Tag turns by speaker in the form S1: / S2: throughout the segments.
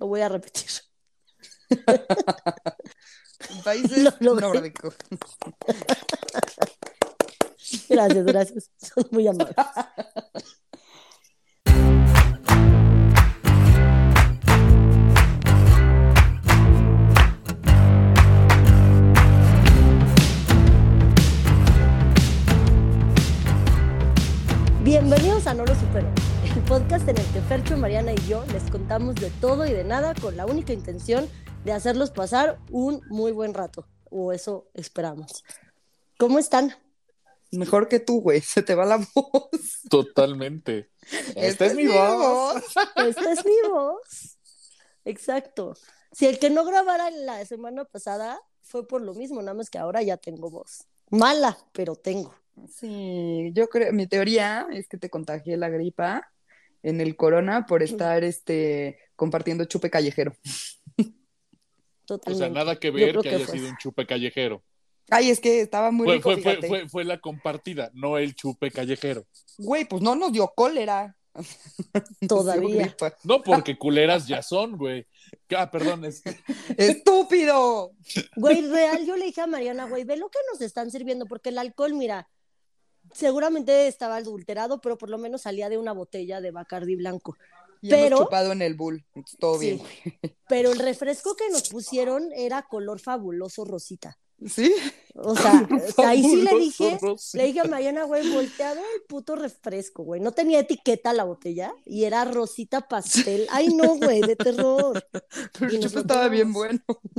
S1: Lo voy a repetir.
S2: Países nórdicos.
S1: Gracias. Son muy amables. Bienvenidos a No Lo Supero, el podcast en el que Fercho, Mariana y yo les contamos de todo y de nada con la única intención de hacerlos pasar un muy buen rato, o eso esperamos. ¿Cómo están?
S2: Mejor que tú, güey, se te va la voz.
S3: Totalmente. Esta es mi voz.
S1: Esta es mi voz. Exacto. Si el que no grabara la semana pasada fue por lo mismo, nada más que ahora ya tengo voz. Mala, pero tengo.
S2: Sí, yo creo, mi teoría es que te contagié la gripa en el corona por estar compartiendo chupe callejero.
S1: Totalmente.
S3: O sea, nada que ver que haya sido un chupe callejero.
S2: Ay, es que estaba muy rico,
S3: fue la compartida, no el chupe callejero.
S2: Güey, pues no nos dio cólera.
S1: Todavía.
S3: No, porque culeras ya son, güey. Perdón.
S2: ¡Estúpido!
S1: Güey, real, yo le dije a Mariana, güey, ve lo que nos están sirviendo, porque el alcohol, mira, seguramente estaba adulterado, pero por lo menos salía de una botella de Bacardi blanco.
S2: Y hemos chupado en el Bull, todo
S1: sí,
S2: bien.
S1: Pero el refresco que nos pusieron era color fabuloso rosita.
S2: ¿Sí?
S1: O sea, ahí sí le dije
S3: rosita.
S1: a Mariana, güey, volteado el puto refresco, güey. No tenía etiqueta la botella y era rosita pastel. Ay, no, güey, de terror.
S2: Pero el chupe estaba bien bueno.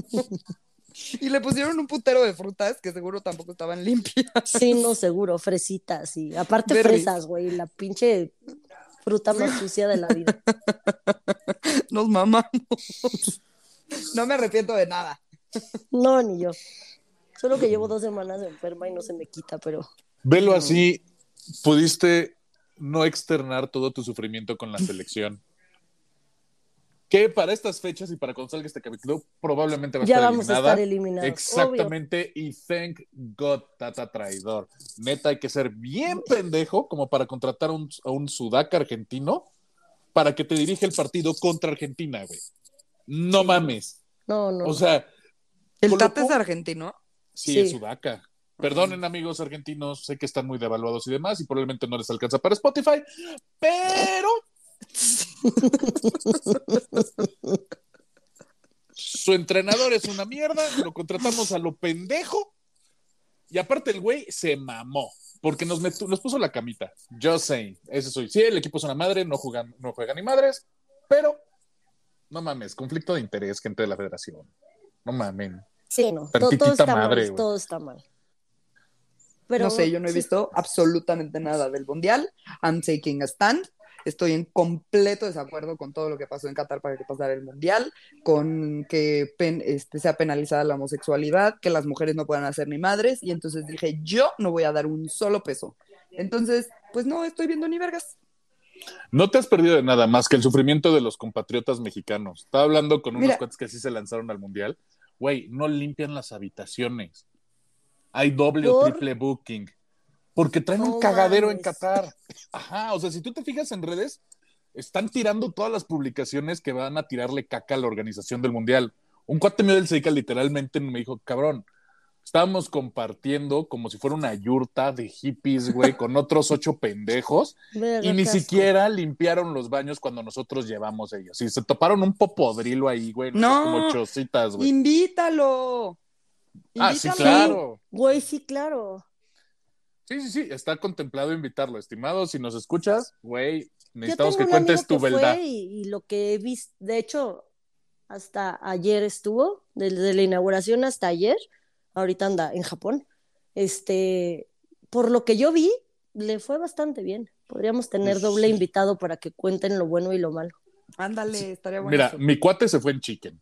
S2: Y le pusieron un putero de frutas que seguro tampoco estaban limpias.
S1: Sí, no, seguro, fresitas y aparte
S2: Berries.
S1: fresas, güey, la pinche fruta más sucia de la vida.
S2: Nos mamamos. No me arrepiento de nada.
S1: No, ni yo. Solo que llevo 2 semanas enferma y no se me quita, pero...
S3: Velo así, pudiste no externar todo tu sufrimiento con la selección. Que para estas fechas y para cuando salga este capítulo probablemente va a
S1: ya
S3: estar
S1: vamos
S3: eliminada.
S1: A estar eliminados.
S3: Exactamente,
S1: obvio.
S3: y thank God, tata traidor. Neta, hay que ser bien pendejo como para contratar a un sudaca argentino para que te dirija el partido contra Argentina, güey. No
S1: sí.
S3: Mames.
S1: No.
S3: O sea...
S2: ¿El Tata es argentino?
S3: Sí, es sudaca. Perdonen, amigos argentinos, sé que están muy devaluados y demás, y probablemente no les alcanza para Spotify, pero... Su entrenador es una mierda, lo contratamos a lo pendejo, y aparte el güey se mamó, porque nos puso la camita. Just saying, ese soy. Sí, el equipo es una madre, no juega ni madres, pero no mames, conflicto de interés, gente de la federación. No mamen.
S1: Sí, no,
S3: todo
S1: está
S3: madre,
S1: mal, todo está mal. Pero,
S2: no sé, yo no he visto absolutamente nada del Mundial. I'm taking a stand. Estoy en completo desacuerdo con todo lo que pasó en Qatar para que pasara el Mundial, con que sea penalizada la homosexualidad, que las mujeres no puedan hacer ni madres, y entonces dije, yo no voy a dar un solo peso. Entonces, pues no estoy viendo ni vergas.
S3: No te has perdido de nada más que el sufrimiento de los compatriotas mexicanos. Estaba hablando con unos cuates que así se lanzaron al Mundial. Güey, no limpian las habitaciones. Hay doble o triple booking. Porque traen un cagadero en Qatar. Ajá, o sea, si tú te fijas en redes, están tirando todas las publicaciones que van a tirarle caca a la organización del Mundial. Un cuate mío del Seika literalmente me dijo, cabrón, estábamos compartiendo como si fuera una yurta de hippies, güey, con otros 8 pendejos, y ni siquiera limpiaron los baños cuando nosotros llevamos ellos. Y se toparon un popodrilo ahí, güey,
S2: no,
S3: como chocitas, güey.
S2: ¡Invítalo!
S3: Sí, claro.
S1: Güey, sí, claro.
S3: Sí, está contemplado invitarlo, estimado. Si nos escuchas, güey, necesitamos que cuentes tu verdad.
S1: Y lo que he visto, de hecho, hasta ayer estuvo, desde la inauguración hasta ayer, ahorita anda en Japón. Por lo que yo vi, le fue bastante bien. Podríamos tener doble invitado para que cuenten lo bueno y lo malo.
S2: Ándale, estaría bueno.
S3: Mira, mi cuate se fue en Chicken.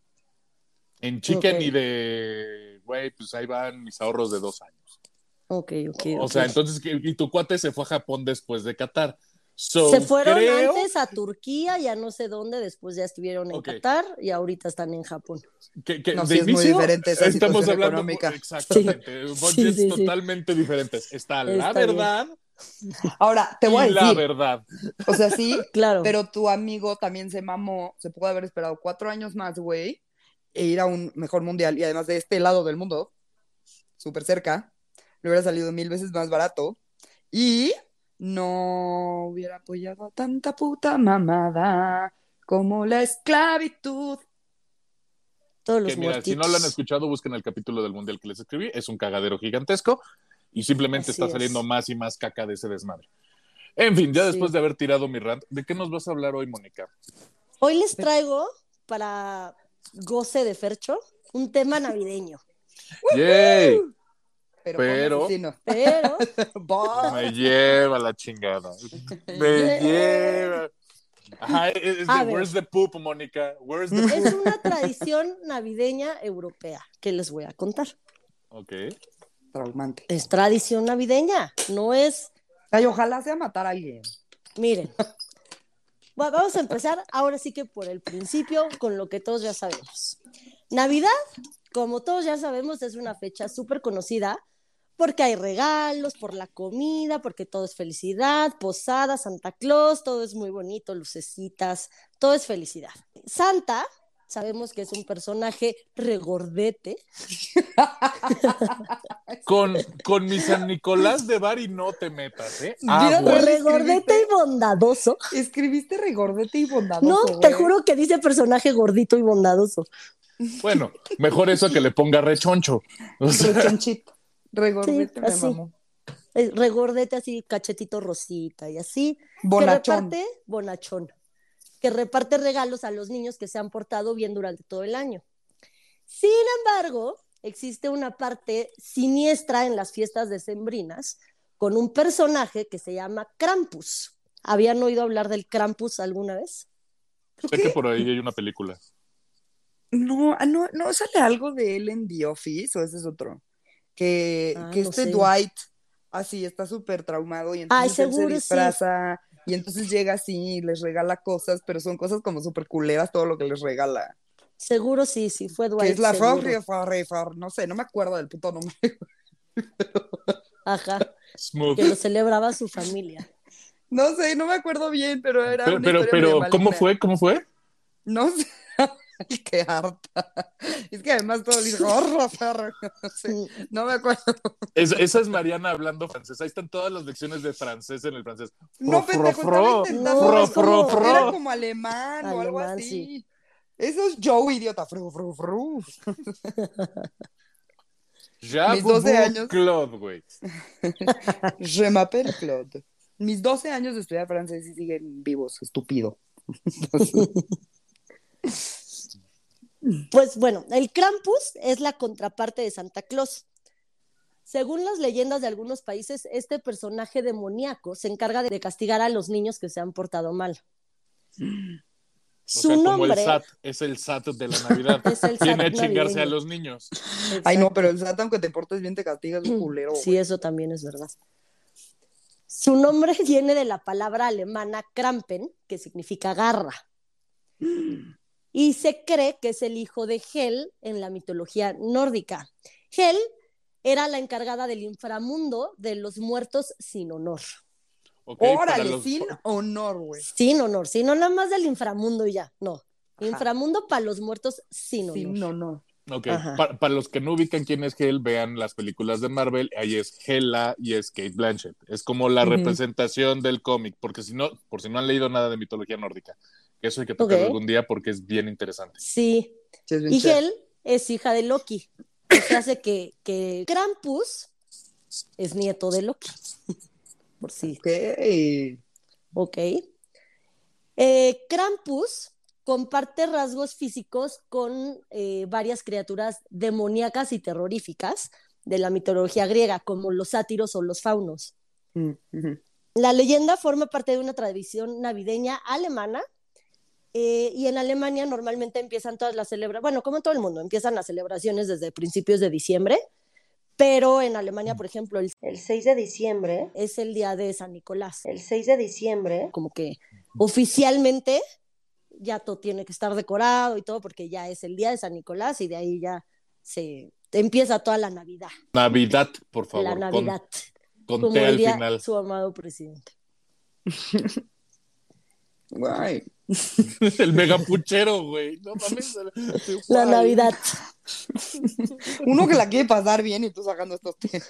S3: Y güey, pues ahí van mis ahorros de 2 años.
S1: Ok.
S3: O sea, entonces, y tu cuate se fue a Japón después de Qatar.
S1: Se fueron antes a Turquía, ya no sé dónde, después ya estuvieron en Qatar y ahorita están en Japón.
S2: No, sí, es muy diferente esa
S3: estamos
S2: situación
S3: hablando
S2: económica.
S3: Exactamente, budgets totalmente diferentes. Está la verdad
S2: Ahora, te voy a
S3: Y la
S2: decir,
S3: verdad.
S2: o sea, sí,
S1: Claro.
S2: pero tu amigo también se mamó, se pudo haber esperado 4 años más, güey, e ir a un mejor mundial, y además de este lado del mundo, súper cerca, le hubiera salido 1000 veces más barato, y no hubiera apoyado a tanta puta mamada como la esclavitud.
S1: Todos
S3: Que
S1: los
S3: mira, si no lo han
S1: muertitos.
S3: escuchado, busquen el capítulo del mundial que les escribí. Es un cagadero gigantesco y simplemente
S1: Así
S3: está saliendo
S1: es.
S3: más y más caca de ese desmadre. En fin, ya después
S1: Sí.
S3: de haber tirado mi rant, ¿de qué nos vas a hablar hoy, Mónica?
S1: Hoy les traigo para goce de Fercho un tema navideño.
S3: ¡Yay!
S2: Pero ponme
S3: Pero
S2: asesino.
S1: Pero
S3: me lleva la chingada. Me lleva. Ajá, es de
S1: A ver.
S3: Where's the Poop, Mónica. Where's the
S1: es
S3: Poop.
S1: una tradición navideña europea que les voy a contar.
S3: Ok.
S2: Traumante.
S1: Es tradición navideña, no es.
S2: Ay, ojalá sea matar a alguien.
S1: Miren, vamos a empezar ahora sí que por el principio, con lo que todos ya sabemos. Navidad, como todos ya sabemos, es una fecha súper conocida porque hay regalos, por la comida, porque todo es felicidad, posada, Santa Claus, todo es muy bonito, lucecitas, todo es felicidad. Santa, sabemos que es un personaje regordete.
S3: Con mi San Nicolás de Bari no te metas, ¿eh?
S2: Mira,
S3: Aguas.
S1: Regordete y bondadoso.
S2: Escribiste regordete y bondadoso,
S1: No, te
S2: güey.
S1: juro que dice personaje gordito y bondadoso.
S3: Bueno, mejor eso que le ponga rechoncho. O sea,
S2: Rechonchito. Regordete
S1: Sí,
S2: me
S1: así.
S2: mamó.
S1: Regordete así, cachetito rosita y así.
S2: Bonachón.
S1: Que reparte, bonachón. Que reparte regalos a los niños que se han portado bien durante todo el año. Sin embargo, existe una parte siniestra en las fiestas decembrinas con un personaje que se llama Krampus. ¿Habían oído hablar del Krampus alguna vez?
S3: sé que por ahí hay una película.
S2: No, no sale algo de él en The Office, o ese es otro. Que
S1: No
S2: este
S1: sé.
S2: Dwight así está súper traumado y entonces él se
S1: seguro sí.
S2: disfraza y entonces llega así y les regala cosas, pero son cosas como súper culeras todo lo que les regala.
S1: Seguro sí, fue Dwight.
S2: Que es la
S1: seguro.
S2: no sé, no me acuerdo del puto nombre.
S1: Ajá,
S3: Smooth.
S1: que lo celebraba su familia.
S2: No sé, no me acuerdo bien, pero era una
S3: Pero,
S2: historia medio
S3: ¿cómo
S2: maligna.
S3: fue? ¿Cómo fue?
S2: No sé. Qué harta. Es que además todo le dijo, no sé, no me acuerdo.
S3: Esa es Mariana hablando francés. Ahí están todas las lecciones de francés en el francés.
S2: No, pendejo, estaba intentando.
S1: No, es como-
S2: Era como alemán o algo
S1: Alemán,
S2: así.
S1: sí.
S2: Eso es Joe, idiota. Fru.
S3: Ya,
S2: Mis 12
S3: Bubu
S2: años.
S3: Claude, güey.
S2: Je m'appelle Claude. Mis 12 años de estudiar francés y siguen vivos, estúpido.
S1: Pues bueno, el Krampus es la contraparte de Santa Claus. Según las leyendas de algunos países, este personaje demoníaco se encarga de castigar a los niños que se han portado mal.
S3: O
S1: Su
S3: sea, como
S1: nombre
S3: el SAT, es el SAT de la Navidad.
S1: es el
S3: Viene a
S1: SAT
S3: chingarse
S1: navideño.
S3: a los niños.
S2: Ay, no,
S1: Exacto.
S2: pero el SAT, aunque te portes bien, te castigas un culero.
S1: Sí,
S2: güey.
S1: eso también es verdad. Su nombre viene de la palabra alemana Krampen, que significa garra. Y se cree que es el hijo de Hel en la mitología nórdica. Hel era la encargada del inframundo de los muertos sin honor.
S3: Okay,
S2: Órale, sin honor, güey.
S1: Sin honor, sino nada más del inframundo y ya, no.
S2: Ajá.
S1: Inframundo para los muertos sin honor.
S2: Sin honor.
S3: Ok,
S1: Ajá.
S3: para los que no ubican quién es Hel, vean las películas de Marvel, ahí es Hela y es Kate Blanchett. Es como la representación del cómic, porque si no, por si no han leído nada de mitología nórdica, que eso hay que tocarlo algún día porque es bien interesante.
S1: Sí.
S2: Sí, es bien
S1: Y
S2: chévere.
S1: Hel es hija de Loki. Eso hace que Krampus es nieto de Loki. Por sí. Ok. Krampus comparte rasgos físicos con varias criaturas demoníacas y terroríficas de la mitología griega, como los sátiros o los faunos. La leyenda forma parte de una tradición navideña alemana, y en Alemania normalmente empiezan todas las celebraciones, bueno, como en todo el mundo, empiezan las celebraciones desde principios de diciembre, pero en Alemania, por ejemplo, el 6 de diciembre es el día de San Nicolás. El 6 de diciembre, como que oficialmente ya todo tiene que estar decorado y todo, porque ya es el día de San Nicolás y de ahí ya se empieza toda la Navidad.
S3: Navidad, por favor.
S1: La Navidad.
S3: Con
S1: como
S3: té al
S1: diría
S3: final.
S1: su amado presidente.
S2: Guay.
S3: El megapuchero, güey. No mames.
S1: La
S3: Guay.
S1: Navidad.
S2: Uno que la quiere pasar bien y tú sacando estos temas.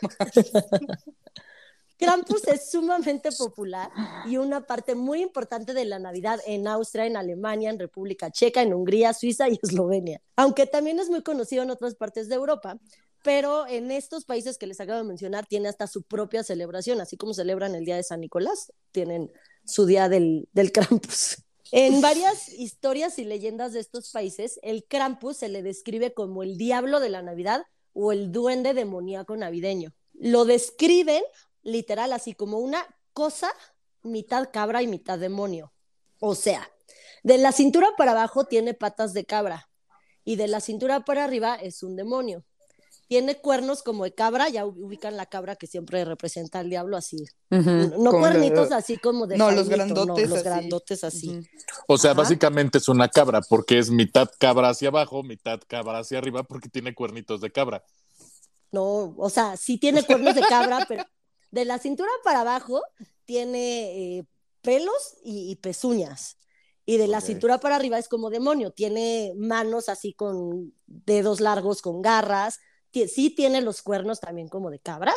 S1: Krampus es sumamente popular y una parte muy importante de la Navidad en Austria, en Alemania, en República Checa, en Hungría, Suiza y Eslovenia. Aunque también es muy conocido en otras partes de Europa, pero en estos países que les acabo de mencionar tiene hasta su propia celebración, así como celebran el Día de San Nicolás, tienen su Día del Krampus. En varias historias y leyendas de estos países, el Krampus se le describe como el diablo de la Navidad o el duende demoníaco navideño. Lo describen literal así como una cosa mitad cabra y mitad demonio. O sea, de la cintura para abajo tiene patas de cabra y de la cintura para arriba es un demonio. Tiene cuernos como de cabra, ya ubican la cabra que siempre representa al diablo así. No cuernitos así como de
S2: no,
S1: Jaimito,
S2: los grandotes
S1: los
S2: así.
S1: grandotes así.
S3: O sea,
S1: Ajá.
S3: básicamente es una cabra, porque es mitad cabra hacia abajo, mitad cabra hacia arriba, porque tiene cuernitos de cabra.
S1: No, o sea, sí tiene cuernos de cabra, pero de la cintura para abajo tiene pelos y pezuñas. Y de la cintura para arriba es como demonio. Tiene manos así con dedos largos, con garras. Sí tiene los cuernos también como de cabra.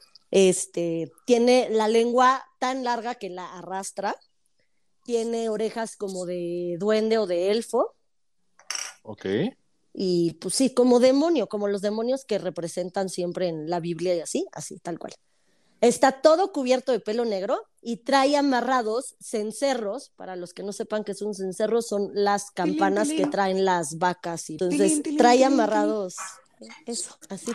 S1: Tiene la lengua tan larga que la arrastra. Tiene orejas como de duende o de elfo.
S3: Ok.
S1: Y pues sí, como demonio, como los demonios que representan siempre en la Biblia y así, tal cual. Está todo cubierto de pelo negro y trae amarrados cencerros. Para los que no sepan qué es un cencerro, son las campanas que traen las vacas. Y entonces trae amarrados eso, así.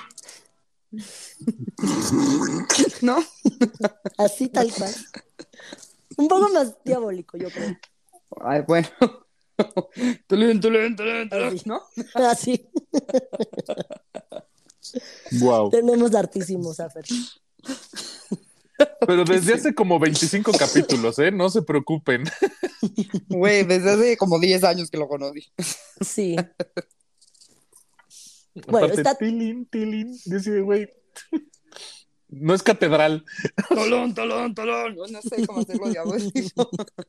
S2: ¿No?
S1: Así tal cual. Un poco más diabólico, yo creo.
S2: Ay, bueno.
S1: Así.
S2: ¿No?
S1: Así.
S3: Wow.
S1: Tenemos hartísimos, Afer.
S3: Pero desde hace como 25 capítulos, ¿eh? No se preocupen.
S2: Güey, desde hace como 10 años que lo conocí.
S1: Sí. Bueno,
S3: Aparte,
S1: está...
S3: tilín, dice, güey. No es catedral.
S2: Tolón. No sé cómo hacerlo diabólico.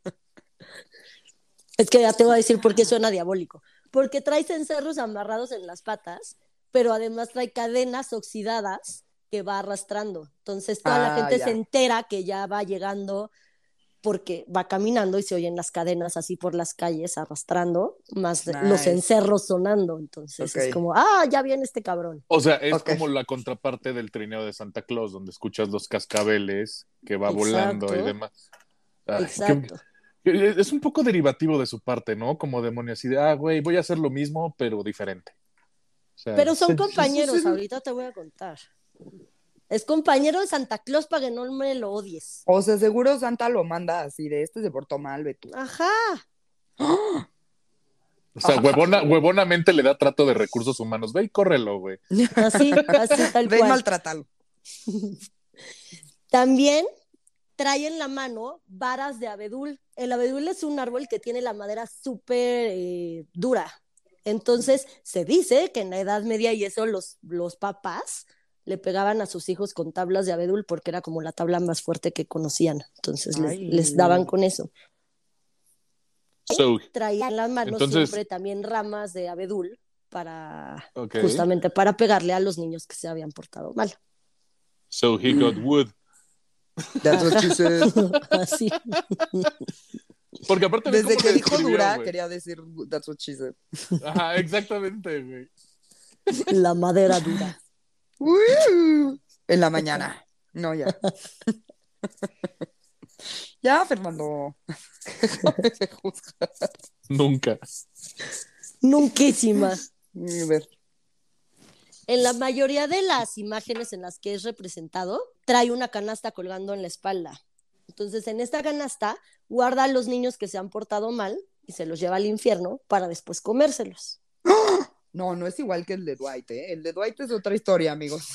S1: Es que ya te voy a decir por qué suena diabólico. Porque trae cencerros amarrados en las patas, pero además trae cadenas oxidadas que va arrastrando. Entonces toda la gente se entera que ya va llegando porque va caminando y se oyen las cadenas así por las calles arrastrando, más los cencerros sonando. Entonces es como, ya viene este cabrón.
S3: O sea, es como la contraparte del trineo de Santa Claus, donde escuchas los cascabeles que va volando y demás. Ay,
S1: exacto.
S3: Es un poco derivativo de su parte, ¿no? Como demonio, así de, güey, voy a hacer lo mismo, pero diferente. O sea,
S1: pero son compañeros, ahorita te voy a contar. Es compañero de Santa Claus para que no me lo odies.
S2: O sea, seguro Santa lo manda así de se portó mal, ve tú.
S1: Ajá.
S3: O sea, huevonamente le da trato de recursos humanos. Ve y córrelo, güey.
S1: Así tal cual.
S2: Ve y maltrátalo.
S1: También trae en la mano varas de abedul. El abedul es un árbol que tiene la madera súper dura. Entonces, se dice que en la Edad Media y eso los papás le pegaban a sus hijos con tablas de abedul porque era como la tabla más fuerte que conocían. Entonces, les daban con eso. Traía en las manos siempre también ramas de abedul para justamente para pegarle a los niños que se habían portado mal.
S3: So he got wood.
S2: That's what she said.
S1: Así.
S3: Porque aparte
S2: desde que dijo dura, quería decir that's what she said.
S3: Ajá, exactamente, güey.
S1: La madera dura.
S2: En la mañana. No, ya. Ya, Fernando.
S3: Nunca.
S1: Nunquísima.
S2: A ver.
S1: En la mayoría de las imágenes en las que es representado, trae una canasta colgando en la espalda. Entonces, en esta canasta guarda a los niños que se han portado mal y se los lleva al infierno para después comérselos.
S2: No es igual que el de Dwight, ¿eh? El de Dwight es otra historia, amigos.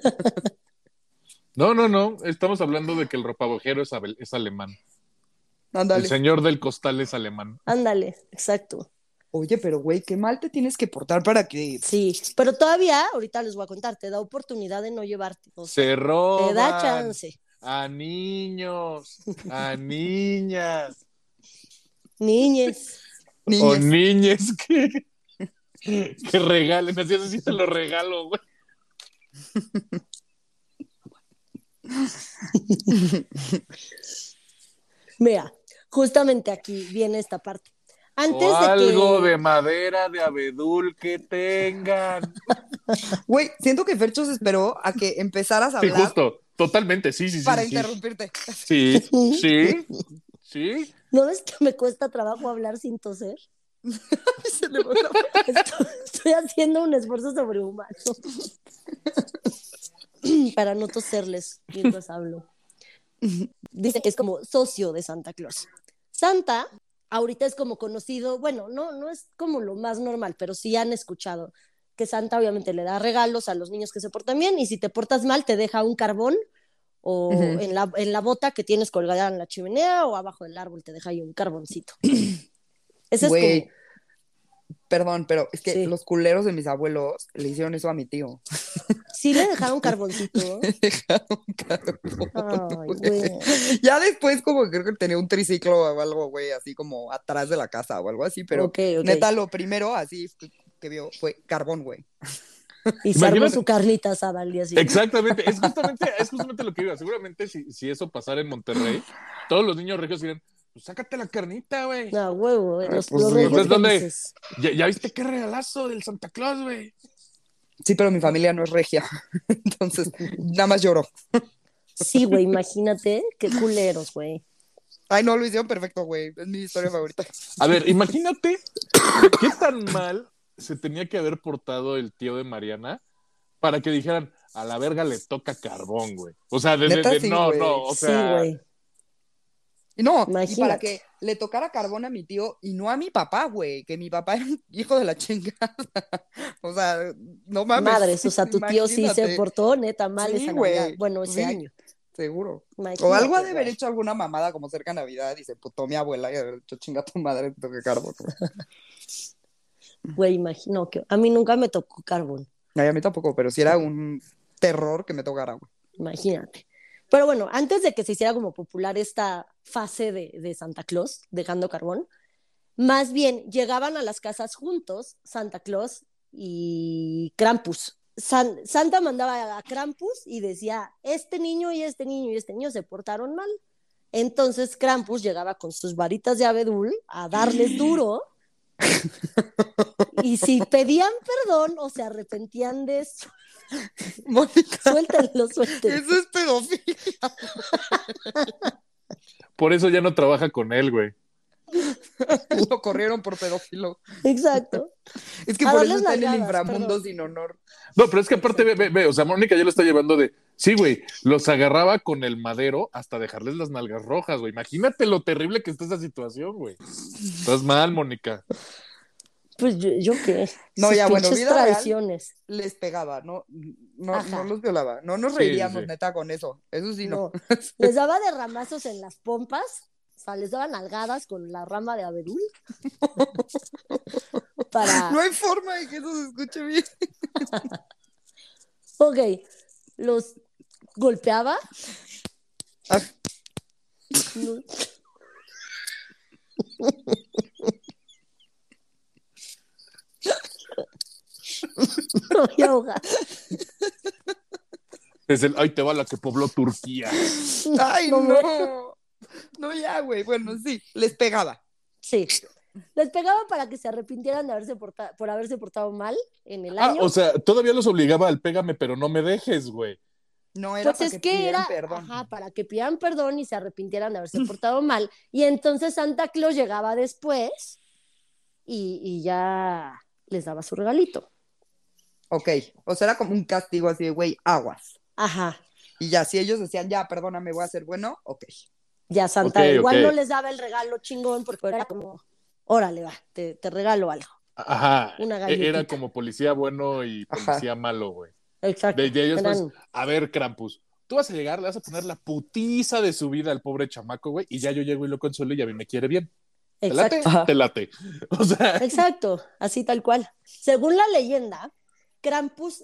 S3: No. Estamos hablando de que el ropavejero es alemán.
S2: Ándale.
S3: El señor del costal es alemán.
S1: Ándale, exacto.
S2: Oye, pero güey, qué mal te tienes que portar para que...
S1: Sí, pero todavía, ahorita les voy a contar, te da oportunidad de no llevarte. O sea,
S3: se roban.
S1: te da chance.
S3: a niños, a niñas,
S1: Niñes.
S3: o niñes que regalen, así te lo regalo, güey.
S1: Mira, justamente aquí viene esta parte. Antes
S3: o
S1: de
S3: algo
S1: que...
S3: de madera de abedul que tengan.
S2: Güey, siento que Fercho se esperó a que empezaras a
S3: Sí,
S2: hablar
S3: justo, totalmente, sí.
S2: para interrumpirte.
S3: Sí, sí.
S1: ¿No ves que me cuesta trabajo hablar sin toser?
S2: Se le va la-
S1: Estoy haciendo un esfuerzo sobrehumano para no toserles mientras hablo. Dice que es como socio de Santa Claus. Santa ahorita es como conocido, bueno, no es como lo más normal, pero sí han escuchado que Santa obviamente le da regalos a los niños que se portan bien y si te portas mal te deja un carbón o en la bota que tienes colgada en la chimenea o abajo del árbol te deja ahí un carboncito. Ese
S2: Güey,
S1: es como...
S2: perdón, pero es que
S1: Sí.
S2: los culeros de mis abuelos le hicieron eso a mi tío.
S1: Sí le dejaron carboncito.
S2: Le dejaron carbón,
S1: Ay,
S2: güey.
S1: güey.
S2: Ya después como creo que tenía un triciclo o algo, güey, así como atrás de la casa o algo así, pero
S1: Ok.
S2: neta lo primero así que vio fue carbón, güey.
S1: Y se armó
S3: Imagínate.
S1: su carnita asada al día siguiente.
S3: Exactamente, es justamente lo que iba. Seguramente si eso pasara en Monterrey, todos los niños regios dirían, pues sácate la carnita, güey.
S1: No, huevo, los
S2: pues sí.
S1: reyes
S3: Entonces, ¿dónde?
S1: felices.
S3: ¿Ya viste qué regalazo del Santa Claus, güey?
S2: Sí, pero mi familia no es regia, entonces nada más lloró.
S1: Sí, güey, imagínate qué culeros, güey.
S2: Ay, no, lo hicieron perfecto, güey. Es mi historia favorita.
S3: A ver, imagínate qué tan mal se tenía que haber portado el tío de Mariana para que dijeran, a la verga le toca carbón, güey. O sea,
S2: Neta, sí, güey.
S3: o
S1: Sí,
S3: sea,
S1: güey.
S2: Y no, y
S1: Imagínate.
S2: para que le tocara carbón a mi tío y no a mi papá, güey, que mi papá era un hijo de la chingada. O sea, no mames.
S1: Madres, o sea, tu tío sí se
S2: imagínate.
S1: portó neta mal
S2: Sí,
S1: esa Navidad.
S2: güey.
S1: Bueno, ese
S2: Sí.
S1: año.
S2: Seguro.
S1: Imagínate,
S2: O algo ha de haber
S1: güey.
S2: hecho alguna mamada como cerca de Navidad y se putó mi abuela y haber hecho chinga tu madre, te toque carbón.
S1: Güey, imagino que a mí nunca me tocó carbón.
S2: Ay, a mí tampoco, pero sí era un terror que me tocara, güey.
S1: Imagínate. Pero bueno, antes de que se hiciera como popular esta fase de Santa Claus, dejando carbón, más bien llegaban a las casas juntos Santa Claus y Krampus. Santa mandaba a Krampus y decía, este niño y este niño y este niño se portaron mal. Entonces Krampus llegaba con sus varitas de abedul a darles duro y si pedían perdón o se arrepentían de eso,
S2: Mónica,
S1: suéltenlo.
S2: eso es pedofilia.
S3: por eso ya no trabaja con él, güey.
S2: Lo corrieron por pedófilo.
S1: Exacto.
S2: Es que
S1: A
S2: por
S1: darles
S2: eso está en el
S1: nalgadas,
S2: inframundo
S1: perdón.
S2: sin honor.
S3: No, pero es que aparte, ve, o sea, Mónica ya lo está llevando de, sí, güey, los agarraba con el madero hasta dejarles las nalgas rojas, güey. Imagínate lo terrible que está esa situación, güey. Estás mal, Mónica.
S1: Pues yo qué.
S2: No,
S1: Sus
S2: ya, bueno,
S1: pinches
S2: vida real.
S1: tradiciones.
S2: Les pegaba, no
S1: Ajá.
S2: los violaba. No nos
S3: Sí,
S2: reiríamos,
S3: sí.
S2: neta, con eso. Eso sí, no.
S1: No. Les daba de ramazos en las pompas, o sea, les daban nalgadas con la rama de abedul. Para.
S2: No hay forma de que eso se escuche bien.
S1: Ok. Los golpeaba.
S2: Ah.
S1: No. Me voy a ahogar.
S3: Es el, ay, te va la que pobló Turquía.
S2: Ay,
S1: No,
S2: no. No, ya, güey. Bueno, sí, les pegaba.
S1: Sí. Les pegaba para que se arrepintieran de por haberse portado mal en el
S3: Ah,
S1: año.
S3: o sea, todavía los obligaba al pégame, pero no me dejes, güey.
S2: No era
S1: Pues
S2: para
S1: es
S2: que
S1: que
S2: pidieran
S1: era,
S2: perdón.
S1: ajá, para que pidieran perdón y se arrepintieran de haberse portado mal. Y entonces Santa Claus llegaba después y ya les daba su regalito.
S2: Ok, o sea, era como un castigo así de, güey, aguas.
S1: Ajá.
S2: Y ya, si ellos decían, ya, perdóname, voy a ser bueno, ok.
S1: Ya Santa
S3: Ok,
S1: igual
S3: ok.
S1: no les daba el regalo chingón porque era como, órale, va, te regalo algo.
S3: Ajá,
S1: Una galletita.
S3: era como policía bueno y policía malo, güey.
S1: Exacto.
S3: De ellos, pues,
S1: Eran-
S3: a ver, Krampus, tú vas a llegar, le vas a poner la putiza de su vida al pobre chamaco, güey, y ya yo llego y lo consuelo y a mí me quiere bien. ¿Te late?
S1: Exacto.
S2: Ajá.
S3: Te late. O sea,
S1: Exacto, así tal cual. Según la leyenda, Krampus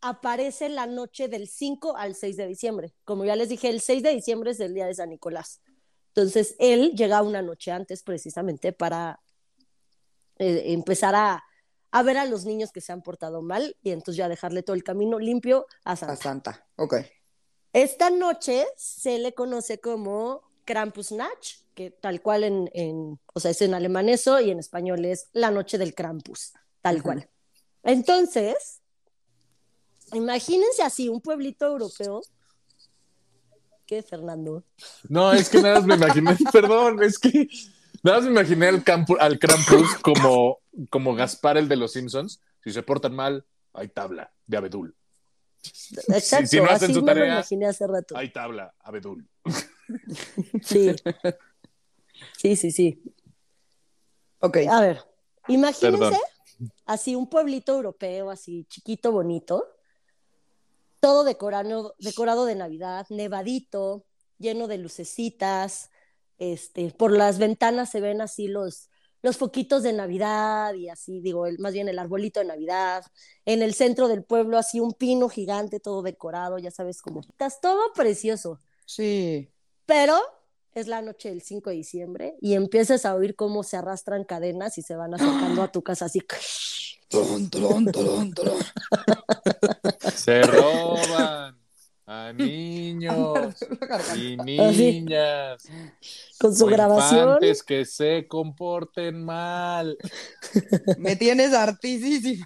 S1: aparece la noche del 5 al 6 de diciembre. Como ya les dije, el 6 de diciembre es el día de San Nicolás. Entonces, él llega una noche antes precisamente para empezar a ver a los niños que se han portado mal y entonces ya dejarle todo el camino limpio a Santa.
S2: A Santa, ok.
S1: Esta noche se le conoce como Krampusnacht, que tal cual o sea, es en alemán eso y en español es la noche del Krampus, tal cual. Entonces, imagínense así, un pueblito europeo. ¿Qué, Fernando?
S3: No, es que nada más me imaginé, perdón, es que nada más me imaginé al Krampus como Gaspar, el de los Simpsons. Si se portan mal, hay tabla de abedul.
S1: Exacto,
S3: si no hacen
S1: así
S3: su
S1: me
S3: tarea,
S1: lo imaginé hace rato.
S3: hay tabla, abedul.
S1: Sí. Sí.
S2: Ok.
S1: A ver, imagínense
S3: Perdón.
S1: así un pueblito europeo, así chiquito, bonito, todo decorado de Navidad, nevadito, lleno de lucecitas, por las ventanas se ven así los foquitos de Navidad y así, digo, más bien el arbolito de Navidad, en el centro del pueblo así un pino gigante, todo decorado, ya sabes, como estás todo precioso,
S2: Sí.
S1: pero es la noche del 5 de diciembre y empiezas a oír cómo se arrastran cadenas y se van acercando a tu casa así.
S2: Tolón, tolón, tolón, tolón.
S3: Se roban a niños y niñas.
S1: Con su grabación.
S3: Infantes que se comporten mal.
S2: Me tienes hartísima.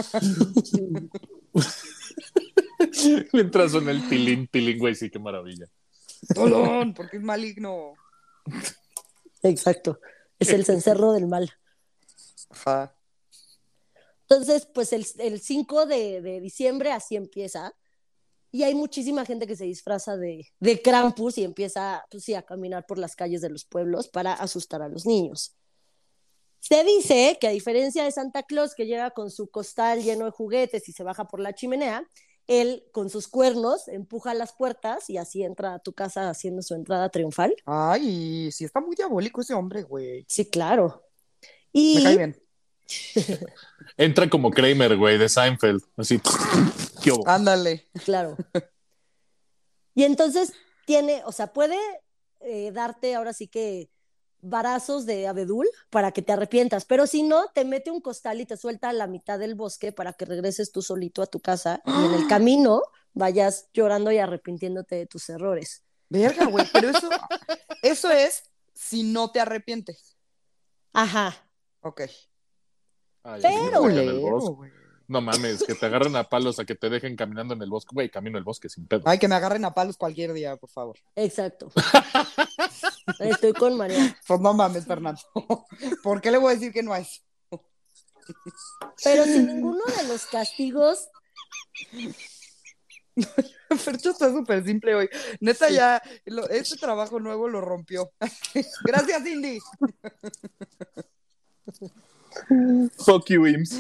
S3: Mientras suena el pilín, güey, sí, qué maravilla.
S2: Tolón, porque es maligno.
S1: Exacto. Es el cencerro del mal.
S2: Ajá.
S1: Entonces, pues el 5 de diciembre así empieza. Y hay muchísima gente que se disfraza de Krampus y empieza, pues sí, a caminar por las calles de los pueblos para asustar a los niños. Se dice que a diferencia de Santa Claus, que llega con su costal lleno de juguetes y se baja por la chimenea, él con sus cuernos empuja las puertas y así entra a tu casa haciendo su entrada triunfal.
S2: Ay, sí está muy diabólico ese hombre, güey.
S1: Sí, claro.
S2: Me cae bien.
S3: Entra como Kramer, güey, de Seinfeld. Así.
S2: Ándale.
S1: Claro. Y entonces puede darte ahora sí que varazos de abedul para que te arrepientas, pero si no, te mete un costal y te suelta a la mitad del bosque para que regreses tú solito a tu casa y en el camino vayas llorando y arrepintiéndote de tus errores.
S2: Verga, güey, pero eso es si no te arrepientes.
S1: Ajá.
S2: Ok.
S3: Ay,
S1: pero
S3: no mames, que te agarren a palos a que te dejen caminando en el bosque. Güey, camino el bosque sin pedo.
S2: Ay, que me agarren a palos cualquier día, por favor.
S1: Exacto. Estoy con María.
S2: Pues no mames, Fernando. ¿Por qué le voy a decir que no es?
S1: Pero si ninguno de los castigos...
S2: Fercho está súper simple hoy. Neta, sí. Ya, este trabajo nuevo lo rompió. Gracias, Cindy.
S3: Fuck you, Ims.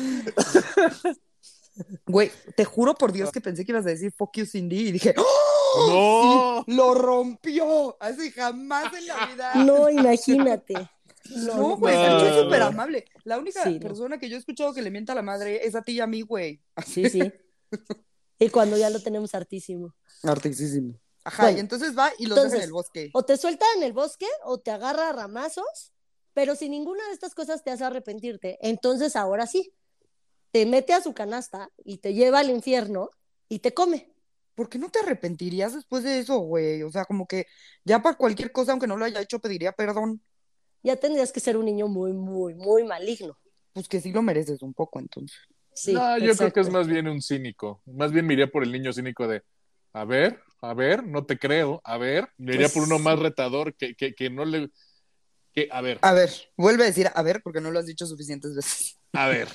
S2: Güey, te juro por Dios que pensé que ibas a decir fuck you, Cindy, y dije, ¡oh!
S3: ¡No!
S2: Sí, lo rompió. Así jamás en la vida.
S1: No, imagínate.
S2: No, güey, Fercho es súper amable. La única persona que yo he escuchado que le mienta a la madre es a ti y a mí, güey.
S1: Sí. Y cuando ya lo tenemos hartísimo.
S2: Hartísimo. Ajá, bueno, y entonces va y los deja en el bosque.
S1: O te suelta en el bosque o te agarra a ramazos, pero si ninguna de estas cosas te hace arrepentirte, entonces ahora sí, te mete a su canasta y te lleva al infierno y te come.
S2: ¿Por qué no te arrepentirías después de eso, güey? O sea, como que ya para cualquier cosa, aunque no lo haya hecho, pediría perdón.
S1: Ya tendrías que ser un niño muy, muy, muy maligno.
S2: Pues que sí lo mereces un poco, entonces.
S1: Sí,
S3: no, yo creo que es más bien un cínico. Más bien me iría por el niño cínico de, a ver, no te creo, a ver. Me iría por uno más retador que no le... a ver.
S2: A ver, vuelve a decir, a ver, porque no lo has dicho suficientes veces.
S3: A ver.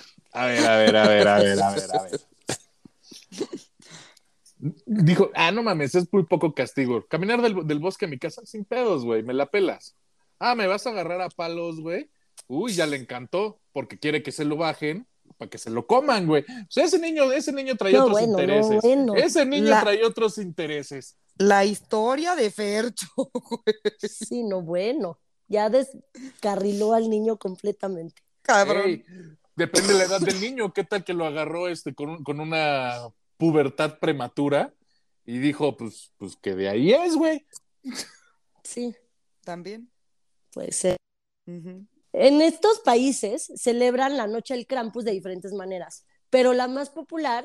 S3: Dijo, no mames, es muy poco castigo. Caminar del bosque a mi casa sin pedos, güey, me la pelas. ¿Me vas a agarrar a palos, güey? Uy, ya le encantó, porque quiere que se lo bajen para que se lo coman, güey. O sea, ese niño trae otros intereses. Ese niño trae otros intereses.
S2: La historia de Fercho, güey.
S1: Sí, no, bueno. Ya descarriló al niño completamente.
S2: Cabrón.
S3: Hey, depende de la edad del niño. ¿Qué tal que lo agarró con una pubertad prematura y dijo, pues que de ahí es, güey.
S1: Sí,
S2: También.
S1: puede ser.
S2: Ujú.
S1: En estos países celebran la noche del Krampus de diferentes maneras, pero la más popular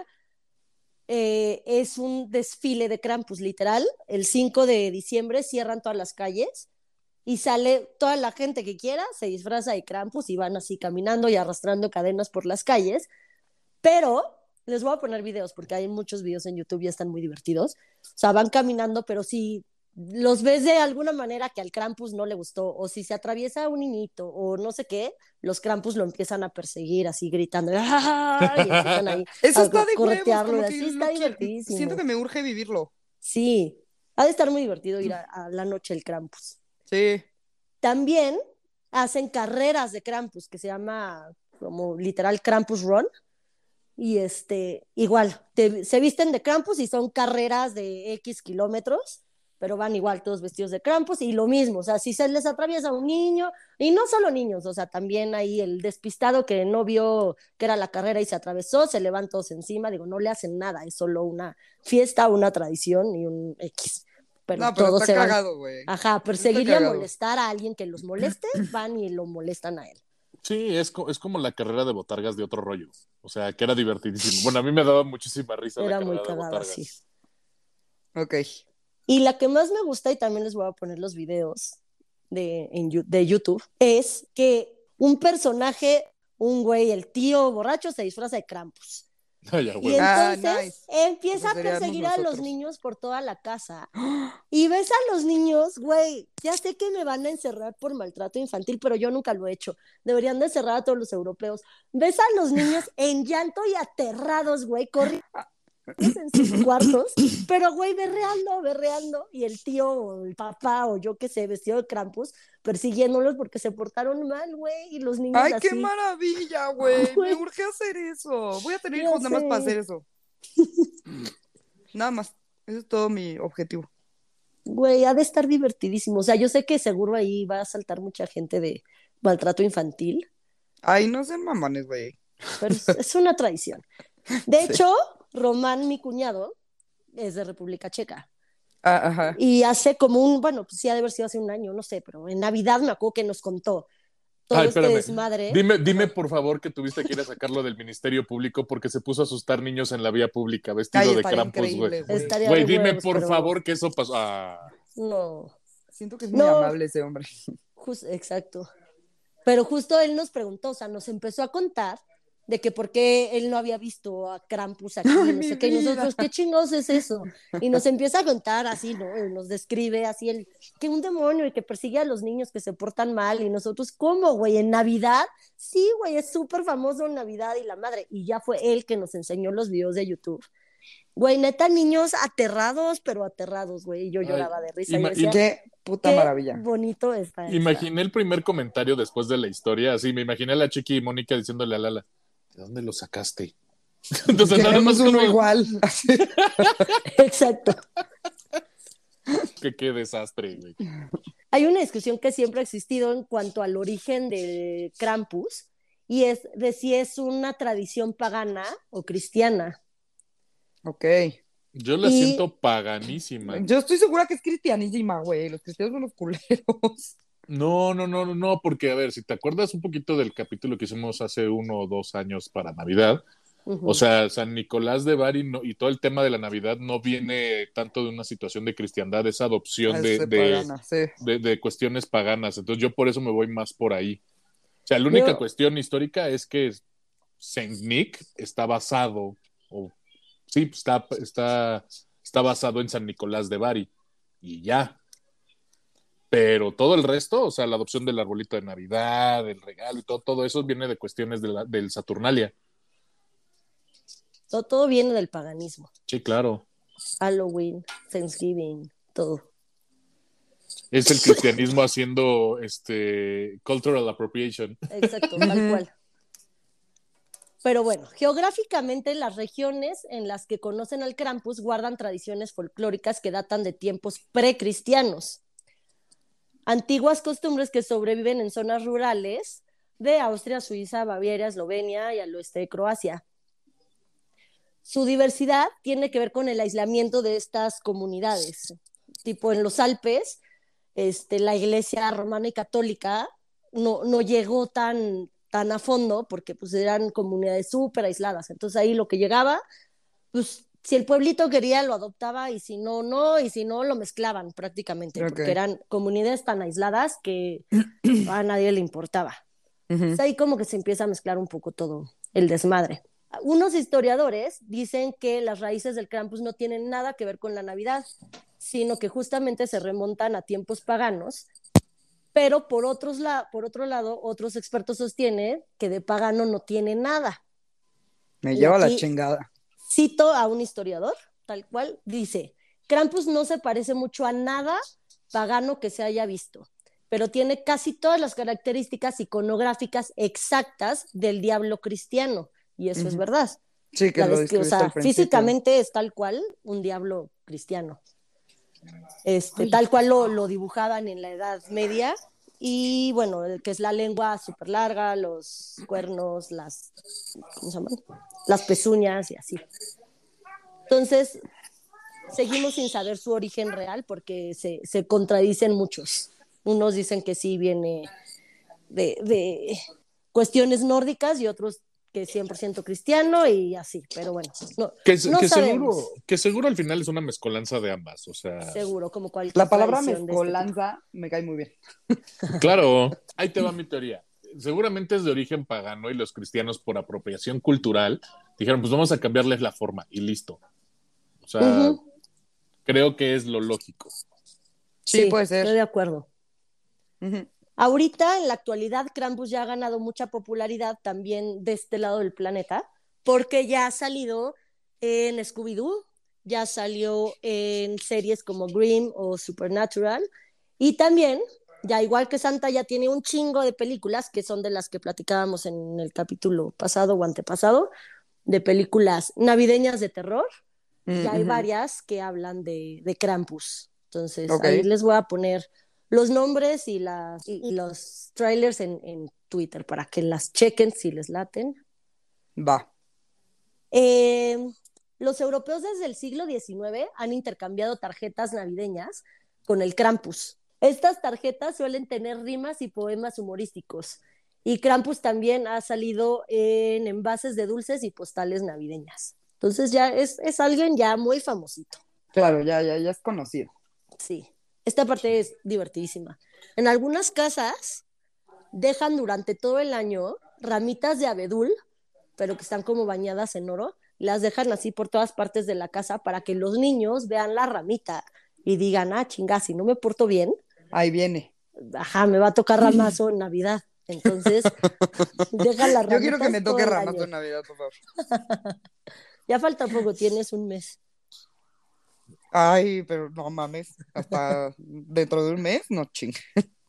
S1: es un desfile de Krampus, literal. El 5 de diciembre cierran todas las calles y sale toda la gente que quiera, se disfraza de Krampus y van así caminando y arrastrando cadenas por las calles. Pero les voy a poner videos porque hay muchos videos en YouTube y están muy divertidos. O sea, van caminando, pero si los ves de alguna manera que al Krampus no le gustó, o si se atraviesa un niñito, o no sé qué, los Krampus lo empiezan a perseguir así gritando, ¡ah! Y empiezan ahí
S2: Eso
S1: a
S2: está de huevos,
S1: corretearlo y
S2: como que
S1: así está
S2: siento
S1: divertidísimo.
S2: que me urge vivirlo.
S1: Sí, ha de estar muy divertido ir a la noche del Krampus.
S2: Sí.
S1: También hacen carreras de Krampus que se llama como literal Krampus Run. Y igual, se visten de Krampus y son carreras de X kilómetros, pero van igual todos vestidos de Krampus y lo mismo, o sea, si se les atraviesa un niño, y no solo niños, o sea, también ahí el despistado que no vio que era la carrera y se atravesó, se le van todos encima, digo, no le hacen nada, es solo una fiesta, una tradición y un X, pero
S2: No, pero
S1: todos
S2: está
S1: se van,
S2: cagado, güey.
S1: ajá,
S2: Está
S1: perseguir y a
S2: cagado.
S1: molestar a alguien que los moleste, van y lo molestan a él.
S3: Sí, es como la carrera de botargas de otro rollo. O sea, que era divertidísimo. Bueno, a mí me daba muchísima risa la
S1: Era muy
S3: carrera de
S1: cagado así.
S3: botargas.
S2: Ok.
S1: Y la que más me gusta, y también les voy a poner los videos de YouTube, es que un personaje, un güey, el tío borracho, se disfraza de Krampus.
S3: Ay, a
S1: Y
S3: huevo.
S1: entonces
S2: Nice.
S1: empieza
S2: Eso
S1: a
S2: seríamos
S1: perseguir a los
S2: nosotros.
S1: niños por toda la casa. Y ves a los niños, güey, ya sé que me van a encerrar por maltrato infantil, pero yo nunca lo he hecho. Deberían de encerrar a todos los europeos. Ves a los niños en llanto y aterrados, güey, corriendo en sus cuartos, pero güey, berreando, y el tío o el papá o yo que sé, vestido de Krampus, persiguiéndolos porque se portaron mal, güey, y los niños
S2: ¡Ay, qué
S1: así,
S2: maravilla, güey! Me
S1: güey,
S2: urge hacer eso. Voy a tener
S1: ya
S2: hijos nada más para hacer
S1: sé,
S2: eso. Nada más. Ese es todo mi objetivo.
S1: güey, ha de estar divertidísimo, o sea, yo sé que seguro ahí va a saltar mucha gente de maltrato infantil,
S2: Ay, no sean mamones, güey.
S1: pero es una tradición. De
S2: Sí.
S1: hecho, Román, mi cuñado, es de República Checa.
S2: Ah, ajá.
S1: Y hace como bueno, pues sí ha de haber sido hace un año, no sé, pero en Navidad me acuerdo que nos contó todo
S3: Ay,
S1: este
S3: espérame.
S1: desmadre.
S3: Dime
S1: Ajá.
S3: por favor que tuviste que ir a sacarlo del Ministerio Público porque se puso a asustar niños en la vía pública
S2: Ay,
S3: vestido de
S2: estaría
S3: Krampus, güey.
S2: increíble, güey.
S1: Estaría
S3: Güey,
S1: de
S3: dime
S1: huevos,
S3: por
S1: pero
S3: favor que eso pasó. Ah.
S1: no,
S2: Siento que es muy
S1: no,
S2: amable ese hombre.
S1: exacto. Pero justo él nos preguntó, o sea, nos empezó a contar de que por qué él no había visto a Krampus aquí,
S2: ¡Ay,
S1: no
S2: mi
S1: sé qué, y
S2: vida!
S1: nosotros, ¿qué chingados es eso? Y nos empieza a contar así, ¿no? Y nos describe así que un demonio y que persigue a los niños que se portan mal, y nosotros, ¿cómo, güey? ¿En Navidad? Sí, güey, es súper famoso en Navidad y la madre, y ya fue él que nos enseñó los videos de YouTube. Güey, neta, niños aterrados, pero aterrados, güey, y yo
S3: Ay,
S1: lloraba de risa, yo
S3: ima-
S1: decía,
S3: im-
S2: ¡Qué puta
S1: qué
S2: maravilla!
S1: bonito está esta.
S3: imaginé el primer comentario después de la historia, así me imaginé a la Chiqui y Mónica diciéndole a Lala, ¿de dónde lo sacaste? Entonces nada
S2: Queremos
S3: más
S2: uno
S3: como
S2: igual.
S1: Exacto.
S3: que qué desastre, güey.
S1: Hay una discusión que siempre ha existido en cuanto al origen de Krampus y es de si es una tradición pagana o cristiana.
S2: Ok.
S3: Yo la
S1: Y
S3: siento paganísima.
S2: Yo estoy segura que es cristianísima, güey. Los cristianos son los culeros.
S3: No, porque a ver, si te acuerdas un poquito del capítulo que hicimos hace 1 o 2 años para Navidad, o sea, San Nicolás de Bari y todo el tema de la Navidad no viene tanto de una situación de cristiandad, es adopción
S2: Es de pagana, sí.
S3: de cuestiones paganas. Entonces yo por eso me voy más por ahí. O sea, la única
S1: yo,
S3: cuestión histórica es que Saint Nick está basado, o sí, está basado en San Nicolás de Bari. Y ya. Pero todo el resto, o sea, la adopción del arbolito de Navidad, el regalo y todo eso viene de cuestiones del Saturnalia.
S1: todo viene del paganismo.
S3: Sí, claro.
S1: Halloween, Thanksgiving, todo.
S3: Es el cristianismo haciendo cultural appropriation.
S1: Exacto, tal cual. Pero bueno, geográficamente las regiones en las que conocen al Krampus guardan tradiciones folclóricas que datan de tiempos precristianos. Antiguas costumbres que sobreviven en zonas rurales de Austria, Suiza, Baviera, Eslovenia y al oeste de Croacia. su diversidad tiene que ver con el aislamiento de estas comunidades. Tipo en los Alpes, la iglesia romana y católica no llegó tan a fondo porque pues eran comunidades súper aisladas. Entonces ahí lo que llegaba, pues si el pueblito quería lo adoptaba y si no, no, y si no lo mezclaban prácticamente, porque eran comunidades tan aisladas que a nadie le importaba. Entonces ahí como que se empieza a mezclar un poco todo el desmadre. Unos historiadores dicen que las raíces del Krampus no tienen nada que ver con la Navidad, sino que justamente se remontan a tiempos paganos, pero por otro lado, otros expertos sostienen que de pagano no tiene nada.
S2: Me lleva la chingada.
S1: Cito a un historiador, tal cual, dice, Krampus no se parece mucho a nada pagano que se haya visto, pero tiene casi todas las características iconográficas exactas del diablo cristiano, y eso es verdad.
S2: Sí, que lo
S1: o sea, físicamente es tal cual un diablo cristiano. Tal cual lo dibujaban en la Edad Media, y bueno, que es la lengua súper larga, los cuernos, ¿cómo se llaman? Las pezuñas y así. Entonces, seguimos sin saber su origen real porque se contradicen muchos. Unos dicen que sí viene de cuestiones nórdicas y otros que es 100% cristiano y así, pero bueno, no sabemos.
S3: Seguro al final es una mezcolanza de ambas, o sea...
S1: Seguro, como cualquier
S2: La palabra mezcolanza me cae muy bien.
S3: Claro, ahí te va mi teoría. Seguramente es de origen pagano y los cristianos por apropiación cultural dijeron, pues vamos a cambiarles la forma y listo. O sea, creo que es lo lógico.
S2: Sí, puede ser.
S1: Estoy de acuerdo. Ahorita, en la actualidad, Krampus ya ha ganado mucha popularidad también de este lado del planeta, porque ya ha salido en Scooby-Doo, ya salió en series como Grimm o Supernatural, y también, ya igual que Santa, ya tiene un chingo de películas, que son de las que platicábamos en el capítulo pasado o antepasado, de películas navideñas de terror. Ya hay varias que hablan de Krampus. Entonces, ahí les voy a poner los nombres y los trailers en Twitter para que las chequen si les laten.
S2: Va.
S1: Los europeos desde el siglo XIX han intercambiado tarjetas navideñas con el Krampus. Estas tarjetas suelen tener rimas y poemas humorísticos. Y Krampus también ha salido en envases de dulces y postales navideñas. Entonces ya es alguien ya muy famosito.
S2: Claro, ya es conocido.
S1: Sí. Esta parte es divertidísima. En algunas casas dejan durante todo el año ramitas de abedul, pero que están como bañadas en oro, las dejan así por todas partes de la casa para que los niños vean la ramita y digan, chinga, si no me porto bien,
S2: ahí viene.
S1: Ajá, me va a tocar ramazo en Navidad. Entonces, deja las ramitas.
S2: Yo quiero que me toque ramazo en Navidad, por favor.
S1: Ya falta poco, tienes un mes.
S2: Ay, pero no mames, hasta dentro de un mes, no chingue.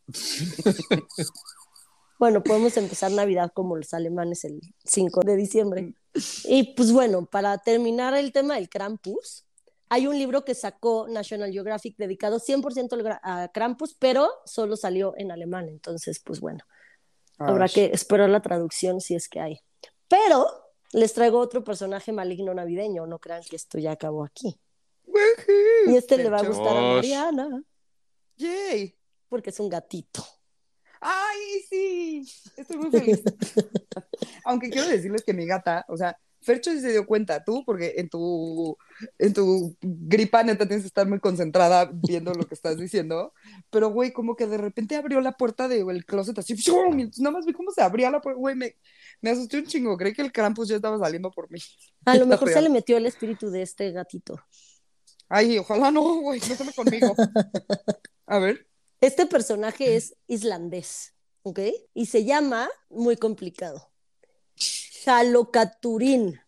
S1: Bueno, podemos empezar Navidad como los alemanes el 5 de diciembre. Y pues bueno, para terminar el tema del Krampus, hay un libro que sacó National Geographic dedicado 100% a Krampus, pero solo salió en alemán. Entonces, pues bueno, habrá que esperar la traducción si es que hay. Pero les traigo otro personaje maligno navideño, no crean que esto ya acabó aquí. Y le va a gustar a Mariana.
S2: Yay.
S1: Porque es un gatito.
S2: ¡Ay, sí! Estoy muy feliz. Aunque quiero decirles que mi gata, o sea, Fercho sí se dio cuenta, tú, porque en tu gripa neta tienes que estar muy concentrada viendo lo que estás diciendo, pero güey, como que de repente abrió la puerta del closet así, nada más vi cómo se abría la puerta, güey, me asusté un chingo, creí que el Krampus ya estaba saliendo por mí.
S1: A lo mejor se le metió el espíritu de este gatito.
S2: Ay, ojalá no, güey, no se me conmigo. A ver.
S1: Este personaje es islandés, ¿ok? Y se llama, muy complicado, Jalokaturin.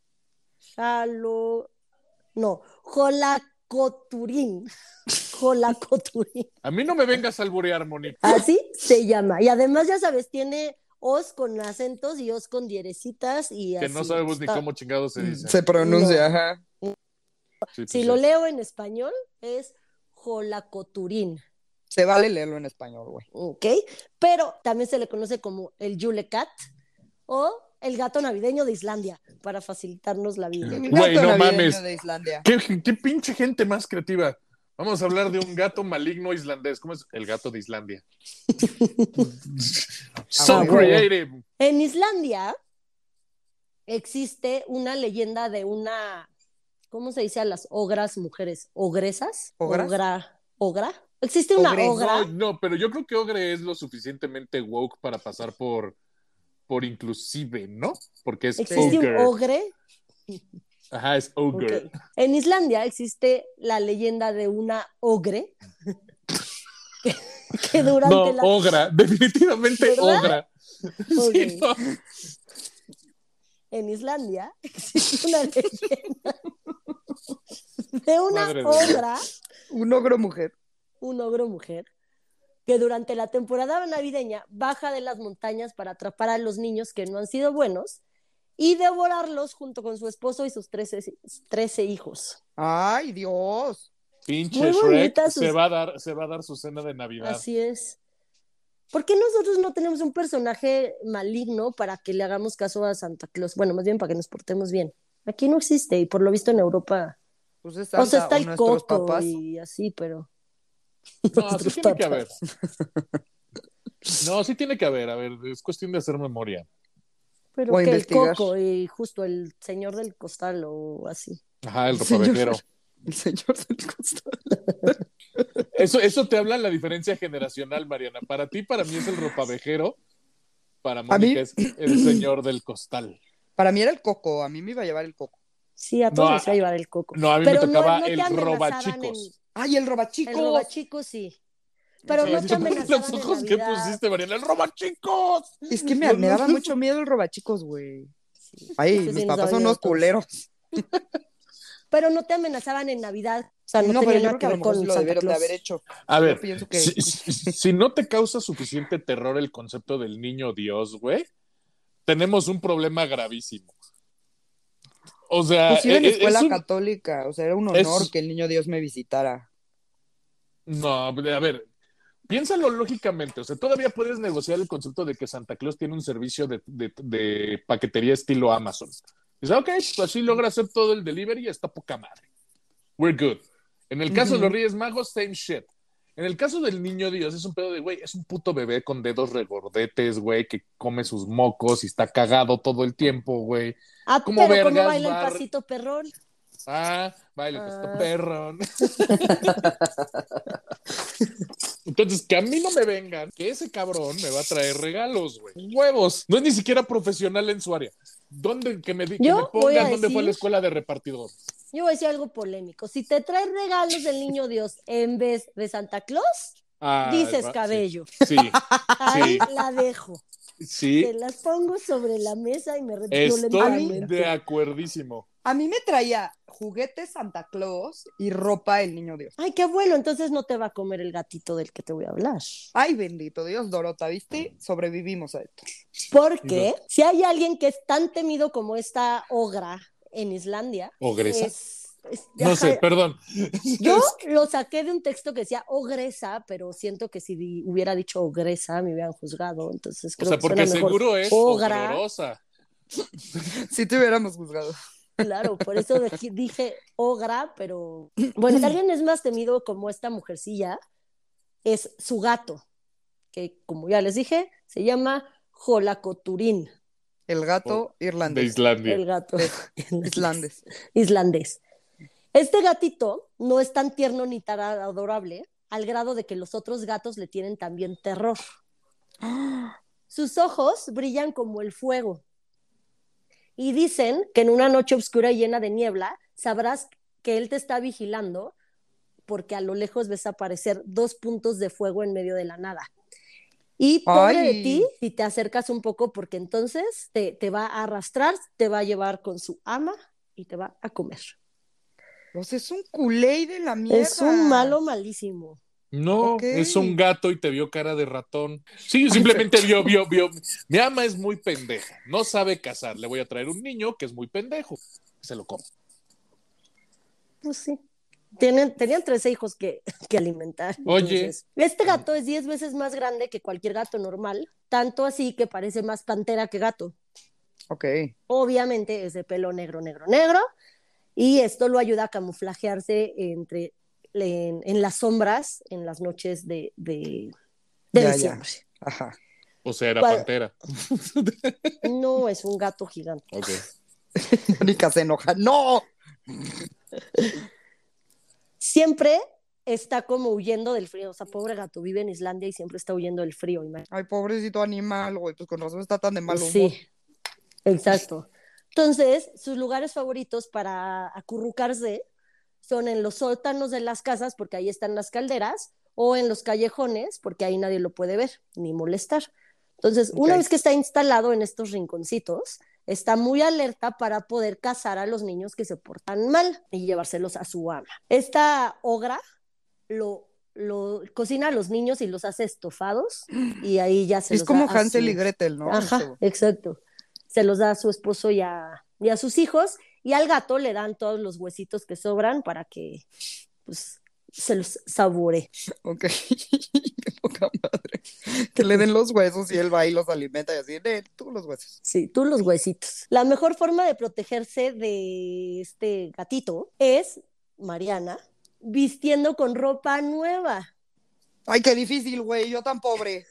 S1: Jolakoturin. Jolakoturin.
S3: A mí no me vengas a alburear, Monique.
S1: Así se llama. Y además, ya sabes, tiene os con acentos y os con dierecitas y
S3: que
S1: así.
S3: No sabemos ni cómo chingado se dice.
S2: Se pronuncia, ajá.
S1: Sí, pues si lo leo en español, es Jolakoturin.
S2: Se vale leerlo en español, güey.
S1: Ok, pero también se le conoce como el Yule Cat o el gato navideño de Islandia, para facilitarnos la vida.
S2: El
S3: Güey,
S2: gato
S3: no
S2: navideño
S3: mames.
S2: de Islandia.
S3: ¿Qué pinche gente más creativa? Vamos a hablar de un gato maligno islandés. ¿Cómo es? El gato de Islandia. So
S2: huevo.
S3: creative.
S1: En Islandia existe una leyenda de una, ¿cómo se dice a las ogras mujeres? ¿Ogresas?
S2: ¿Ogras?
S1: ¿Ogra? Existe una
S2: Ogre.
S1: ogra.
S3: No, pero yo creo que ogre es lo suficientemente woke para pasar por inclusive, ¿no? Porque es
S1: Existe
S3: ogre.
S1: un ogre.
S3: Ajá, es ogre.
S1: Ok. En Islandia existe la leyenda de una ogre que durante
S3: No,
S1: la...
S3: ogra, definitivamente
S1: ¿Verdad?
S3: ogra.
S1: Ok.
S3: Sí, no.
S1: En Islandia existe una leyenda de una
S3: Madre de Dios.
S1: ogra,
S2: Un ogro mujer.
S1: un ogro mujer, que durante la temporada navideña baja de las montañas para atrapar a los niños que no han sido buenos y devorarlos junto con su esposo y sus 13 hijos.
S2: ¡Ay, Dios!
S3: Pinche
S1: Muy
S3: Shrek
S1: bonitas
S3: se
S1: sus-
S3: va a dar su cena de Navidad.
S1: Así es. ¿Por qué nosotros no tenemos un personaje maligno para que le hagamos caso a Santa Claus? Bueno, más bien para que nos portemos bien. Aquí no existe y por lo visto en Europa.
S2: Pues es
S1: O sea,
S2: Santa
S1: está el
S2: nuestros
S1: Coco
S2: papás.
S1: y así, pero...
S3: No, sí
S1: nuestros
S3: tiene que
S1: papás.
S3: haber. No, sí tiene que haber. A ver, es cuestión de hacer memoria.
S1: Pero
S2: Voy a
S1: que el
S2: investigar.
S1: Coco y justo el señor del costal o así.
S3: Ajá, el
S2: Señor.
S3: ropavejero.
S2: El señor del costal.
S3: Eso te habla de la diferencia generacional, Mariana. Para ti, para mí es el ropavejero. Para
S2: mí-
S3: Mónica es el señor del costal.
S2: Para mí era el Coco. A mí me iba a llevar el Coco.
S1: Sí, a todos
S3: No,
S1: les va a llevar el Coco.
S3: No, a mí
S1: Pero
S3: me tocaba
S1: no te
S3: el
S1: amenazaban
S3: robachicos.
S2: ¡Ay, el robachicos!
S1: El robachico sí. Pero
S3: Sí,
S1: no
S3: sí,
S1: te
S3: ¿por qué
S1: amenazaban
S3: los
S1: en
S3: ojos que
S1: Navidad.
S3: pusiste, Mariana? ¡El robachicos!
S2: Es que me daba mucho miedo el robachicos, güey.
S1: Sí,
S2: Ay,
S1: ese sí
S2: mis
S1: nos
S2: papás
S1: ha
S2: son
S1: venido
S2: unos
S1: a todos.
S2: culeros.
S1: Pero no te amenazaban en Navidad. O sea, no,
S2: No,
S1: tenía
S2: pero yo
S1: nada
S2: creo que a lo
S1: ver
S2: mejor
S1: con
S2: sí lo
S1: Santa
S2: debieron de
S1: Claus.
S2: haber hecho.
S3: A ver,
S2: Yo pienso que...
S3: si no te causa suficiente terror el concepto del niño Dios, güey, tenemos un problema gravísimo. O sea,
S2: Pues iba en escuela
S3: es un-
S2: católica. O sea, era un honor
S3: es-
S2: que el niño Dios me visitara.
S3: No, a ver, piénsalo lógicamente. O sea, todavía puedes negociar el concepto de que Santa Claus tiene un servicio de paquetería estilo Amazon. Dices, ok, pues así logra hacer todo el delivery y está poca madre. We're good. En el caso de los Reyes Magos, same shit. En el caso del niño Dios, es un pedo de, güey, es un puto bebé con dedos regordetes, güey, que come sus mocos y está cagado todo el tiempo, güey.
S1: Ah,
S3: ¿Cómo
S1: pero ¿cómo
S3: vergas
S1: baila
S3: va
S1: el
S3: a-
S1: pasito perrón?
S3: Ah, baile, pues
S1: Ah.
S3: perrón. Entonces, que a mí no me vengan, que ese cabrón me va a traer regalos, güey. Huevos. No es ni siquiera profesional en su área. Que me
S1: Yo voy a
S3: pongan dónde fue la
S1: decir-
S3: escuela de repartidor.
S1: Yo voy a decir algo polémico. Si te trae regalos del niño Dios en vez de Santa Claus,
S3: Ah,
S1: dices
S3: va,
S1: cabello.
S3: Sí,
S1: Ahí
S3: sí,
S1: la dejo.
S3: sí.
S1: Te las pongo sobre la mesa y me
S3: Estoy
S1: violentamente.
S3: de acuerdísimo.
S2: A mí me traía juguetes Santa Claus y ropa el niño Dios.
S1: Ay, qué abuelo, entonces no te va a comer el gatito del que te voy a hablar.
S2: Ay, bendito Dios, Dorota, ¿viste? Sobrevivimos a esto.
S1: Porque si hay alguien que es tan temido como esta ogra en Islandia,
S3: ¿Ogresa?
S1: ya,
S3: No sé, perdón.
S1: yo lo saqué de un texto que decía ogresa, pero siento que si hubiera dicho ogresa me hubieran juzgado, entonces
S3: O
S1: creo
S3: sea,
S1: que
S3: porque
S1: suena mejor
S3: seguro es
S1: ogra.
S3: horrorosa.
S2: Si te hubiéramos juzgado.
S1: Claro, por eso dije ogra, pero bueno, si alguien es más temido como esta mujercilla, es su gato, que como ya les dije, se llama Jolakoturin,
S2: El gato
S3: De
S2: irlandés.
S3: Islandia.
S1: el gato
S2: Islandés.
S1: islandés. Este gatito no es tan tierno ni tan adorable, al grado de que los otros gatos le tienen también terror. Sus ojos brillan como el fuego. Y dicen que en una noche oscura y llena de niebla sabrás que él te está vigilando porque a lo lejos ves aparecer 2 puntos de fuego en medio de la nada. Y pobre
S2: Ay.
S1: de ti si te acercas un poco porque entonces te va a arrastrar, te va a llevar con su ama y te va a comer.
S2: Pues es un culé de la mierda.
S1: Es un malo malísimo.
S3: No,
S2: Ok.
S3: es un gato y te vio cara de ratón. Sí, simplemente vio. Mi ama es muy pendeja, no sabe cazar. Le voy a traer un niño que es muy pendejo. Se lo come.
S1: Pues sí. Tenían 13 hijos que alimentar.
S3: Oye.
S1: Entonces, este gato es 10 veces más grande que cualquier gato normal, tanto así que parece más pantera que gato.
S2: Ok.
S1: Obviamente es de pelo negro, negro, negro, y esto lo ayuda a camuflajearse en las sombras en las noches de
S2: Ya.
S1: diciembre.
S2: Ajá.
S3: O sea, era
S1: Cua-
S3: pantera.
S1: No es un gato gigante.
S3: Ok.
S2: Mónica se enoja. ¡No!
S1: Siempre está como huyendo del frío. O sea, pobre gato, vive en Islandia y siempre está huyendo del frío.
S2: Ay, pobrecito animal, güey. Pues con razón está tan de mal humor.
S1: Sí, exacto. Entonces, sus lugares favoritos para acurrucarse son en los sótanos de las casas, porque ahí están las calderas, o en los callejones, porque ahí nadie lo puede ver ni molestar. Entonces, una vez que está instalado en estos rinconcitos, está muy alerta para poder cazar a los niños que se portan mal y llevárselos a su ama. Esta ogra lo cocina a los niños y los hace estofados y ahí ya se
S2: Es
S1: los
S2: como
S1: da a
S2: Hansel y Gretel, ¿no?
S1: Ajá,
S2: Eso.
S1: exacto. Se los da a su esposo y a sus hijos, y al gato le dan todos los huesitos que sobran para que pues, se los saboree.
S2: Ok. Qué poca madre. Que le den los huesos y él va y los alimenta y así, tú los huesos.
S1: Sí, tú los huesitos. La mejor forma de protegerse de este gatito es, Mariana, vistiendo con ropa nueva
S2: Ay, qué difícil, güey. Yo tan pobre.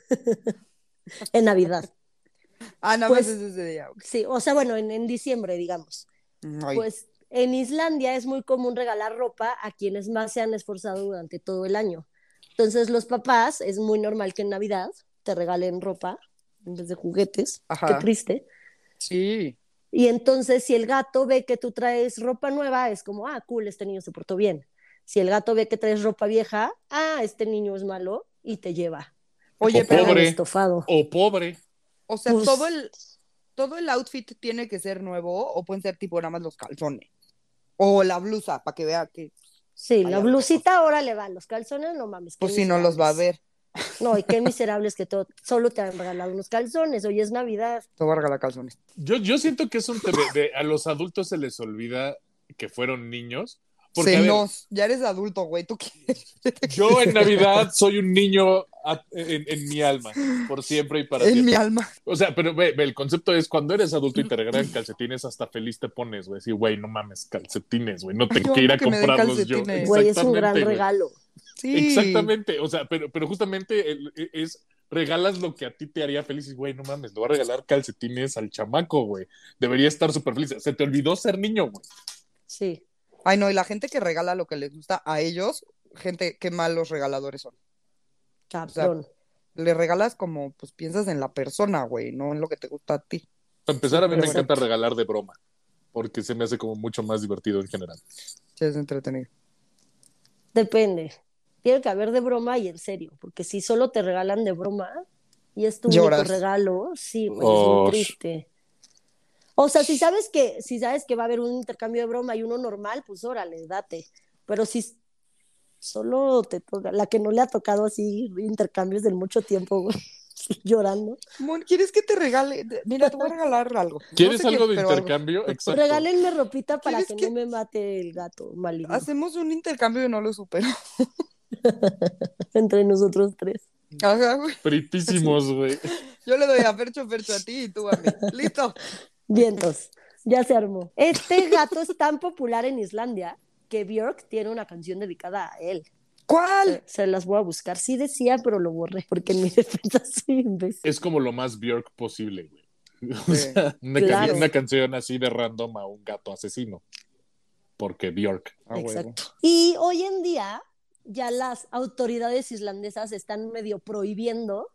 S1: en Navidad.
S2: Ah, nada más
S1: Pues
S2: es ese día. Okay.
S1: sí, o sea, bueno, en diciembre, digamos.
S2: Ay.
S1: Pues en Islandia es muy común regalar ropa a quienes más se han esforzado durante todo el año. Entonces los papás, es muy normal que en Navidad te regalen ropa en vez de juguetes. Qué
S2: Ajá.
S1: triste.
S2: Sí.
S1: Y entonces si el gato ve que tú traes ropa nueva, es como, ah, cool, este niño se portó bien. Si el gato ve que traes ropa vieja, ah, este niño es malo y te lleva.
S2: Oye,
S3: O
S1: Te dan
S3: pobre.
S1: estofado.
S3: O pobre.
S2: o sea,
S1: Pues
S2: todo el outfit tiene que ser nuevo o pueden ser tipo nada más los calzones. O la blusa, para que vea que
S1: sí,
S2: hay
S1: la
S2: algo.
S1: blusita ahora le va, los calzones no mames, qué
S2: Pues si no los va a
S1: miserables.
S2: ver.
S1: No, y qué miserables que solo te han regalado unos calzones, hoy es Navidad.
S2: Te voy a regalar calzones.
S3: Yo siento que es un tema a los adultos se les olvida que fueron niños. Porque,
S2: Senos, ya eres adulto, güey. ¿Tú quieres?
S3: yo en Navidad soy un niño en mi alma, por siempre y para
S2: En
S3: siempre.
S2: mi alma.
S3: O sea, pero ve, el concepto es cuando eres adulto y te regalan calcetines, hasta feliz te pones, güey. Sí, güey, no mames, calcetines, güey. No tengo
S2: Yo
S3: que ir
S2: amo
S3: a
S2: que me den
S3: comprarlos yo.
S2: calcetines.
S1: Güey, es un gran
S3: Exactamente, güey.
S1: regalo.
S2: Sí.
S3: Exactamente. O sea, pero justamente es regalas lo que a ti te haría feliz y, güey, no mames, le voy a regalar calcetines al chamaco, güey. Debería estar súper feliz. Se te olvidó ser niño, güey.
S1: Sí.
S2: Ay, no, y la gente que regala lo que les gusta a ellos, gente, qué malos regaladores son. O sea,
S1: Cabrón.
S2: le regalas como, pues piensas en la persona, güey, no en lo que te gusta a ti.
S3: Para empezar, a mí me
S1: Exacto.
S3: encanta regalar de broma, porque se me hace como mucho más divertido en general.
S2: Sí, es entretenido.
S1: Depende. Tiene que haber de broma y en serio, porque si solo te regalan de broma y es tu único
S2: Lloras.
S1: regalo, sí, güey, es muy
S3: Oh,
S1: triste. O sea, si sabes que va a haber un intercambio de broma y uno normal, pues órale, date. Pero si solo te toca, la que no le ha tocado así intercambios de mucho tiempo, güey, llorando.
S2: Mon, ¿quieres que te regale? Mira, te voy a regalar algo. No
S3: ¿Quieres
S2: sé
S3: algo
S2: qué,
S3: de
S2: pero algo.
S3: intercambio? Exacto.
S1: Regálenme ropita para
S2: ¿Quieres
S1: que
S2: que-
S1: no me mate el gato maligno
S2: Hacemos un intercambio y no lo supero.
S1: entre nosotros tres.
S2: Ajá, güey.
S3: Fritísimos, güey.
S2: Yo le doy a Fercho a ti y tú a mí. Listo.
S1: Vientos, ya se armó. Este gato es tan popular en Islandia que Björk tiene una canción dedicada a él.
S2: ¿Cuál?
S1: Se las voy a buscar. Sí decía, pero lo borré porque en mi defensa soy imbécil.
S3: Es como lo más Björk posible, güey. O
S2: Sí.
S3: sea,
S1: Claro.
S3: una canción así de random a un gato asesino. Porque Björk.
S2: A huevo.
S1: Exacto. Y hoy en día ya las autoridades islandesas están medio prohibiendo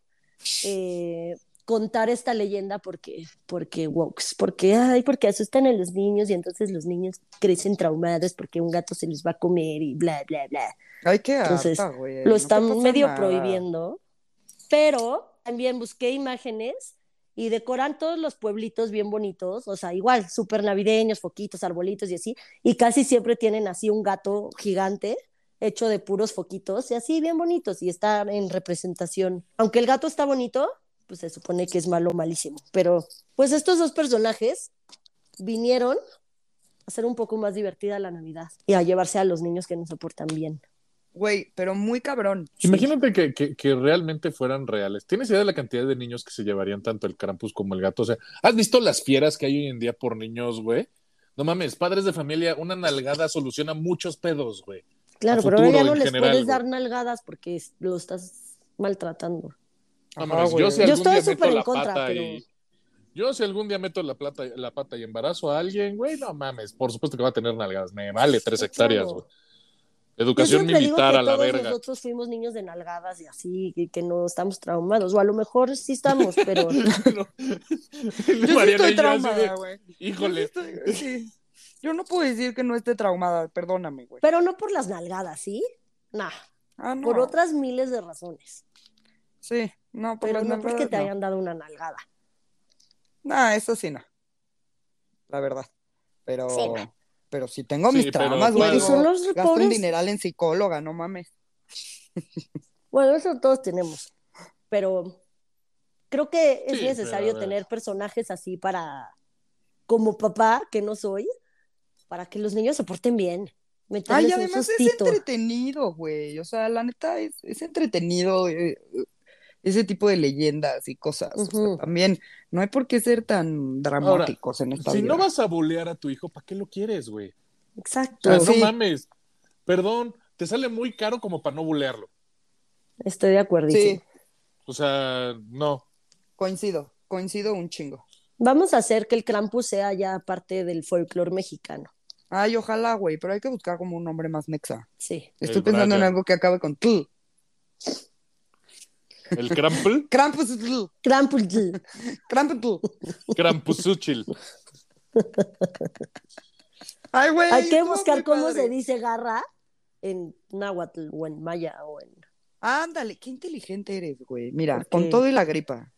S1: contar esta leyenda porque wokes, porque asustan a los niños y entonces los niños crecen traumados porque un gato se los va a comer y bla, bla, bla.
S2: Ay, qué
S1: Entonces,
S2: harta, güey.
S1: lo
S2: No
S1: están
S2: te pasa
S1: medio
S2: nada.
S1: prohibiendo, pero también busqué imágenes y decoran todos los pueblitos bien bonitos, o sea, igual, súper navideños, foquitos, arbolitos y así, y casi siempre tienen así un gato gigante hecho de puros foquitos y así bien bonitos y está en representación. Aunque el gato está bonito, pues se supone que es malo, malísimo, pero pues estos dos personajes vinieron a hacer un poco más divertida la Navidad y a llevarse a los niños que no se portan bien.
S2: Güey, pero muy cabrón.
S3: Imagínate que realmente fueran reales. ¿Tienes idea de la cantidad de niños que se llevarían tanto el Krampus como el gato? O sea, ¿has visto las fieras que hay hoy en día por niños, güey? No mames, padres de familia, una nalgada soluciona muchos pedos, güey.
S1: Claro,
S3: A
S1: pero ahora ya
S3: futuro,
S1: no
S3: en
S1: les
S3: general,
S1: puedes
S3: güey.
S1: dar nalgadas porque lo estás maltratando.
S3: Vámonos,
S2: güey.
S3: yo si
S1: Yo
S3: algún
S1: estoy
S3: día meto
S1: súper en
S3: la
S1: contra,
S3: pata
S1: pero
S3: y... Yo si algún día meto la pata y embarazo a alguien, güey, no mames, por supuesto que va a tener nalgadas. Me vale 3 hectáreas, güey.
S1: claro. Yo
S3: Educación
S1: siempre digo
S3: militar
S1: que
S3: a la
S1: todos
S3: verga.
S1: nosotros fuimos niños de nalgadas y así, y que no estamos traumados, o a lo mejor sí estamos, pero
S3: No.
S2: Yo sí
S3: Mariana
S2: estoy
S3: y yo así de,
S2: traumada, güey.
S3: híjole.
S2: Sí. Yo no puedo decir que no esté traumada, perdóname, güey.
S1: pero no por las nalgadas, ¿sí? Nah,
S2: Ah,
S1: por
S2: no.
S1: otras miles de razones,
S2: Sí, no, por
S1: pero
S2: las
S1: no porque
S2: nalgadas
S1: te
S2: no.
S1: hayan dado una nalgada.
S2: Nah, eso sí no, la verdad.
S1: Sí,
S2: Pero,
S1: no.
S2: pero sí tengo mis
S3: Sí, pero
S2: traumas, güey.
S1: Y son
S2: Digo,
S1: los
S2: gasto un
S1: pobres,
S2: dineral en psicóloga, no mames.
S1: bueno, eso todos tenemos, pero creo que es
S3: sí, pero a
S1: necesario
S3: ver.
S1: tener personajes así para, como papá, que no soy, para que los niños se porten bien,
S2: Ay,
S1: meterles un
S2: además es
S1: sustito.
S2: entretenido, güey. O sea, la neta es entretenido ese tipo de leyendas y cosas. O sea,
S1: Ujú.
S2: también no hay por qué ser tan
S3: Ahora,
S2: dramáticos en esta
S3: si no
S2: vida.
S3: vas a bulear a tu hijo, ¿para qué lo quieres, güey? O sea,
S1: Exacto,
S3: no
S2: Sí,
S3: mames. Perdón, te sale muy caro como para no bulearlo.
S1: estoy de acuerdísimo.
S2: sí,
S3: O sea, no.
S2: coincido un chingo.
S1: Vamos a hacer que el Krampus sea ya parte del folclore mexicano.
S2: Ay, ojalá, güey, pero hay que buscar como un nombre más mexa.
S1: Sí.
S2: Estoy
S3: El
S2: pensando en
S3: Brian.
S2: algo que acabe con tl.
S3: El Krampel.
S2: Krampus tl.
S1: Krampus.
S2: Krampus tl.
S3: Krampusuchil.
S2: Ay,
S1: Hay
S2: güey,
S1: que
S2: estuvo
S1: buscar
S2: muy
S1: cómo se
S2: padre.
S1: dice garra en náhuatl o en maya o en...
S2: Ándale, qué inteligente eres, güey. Mira, con
S1: Porque
S2: todo y la gripa.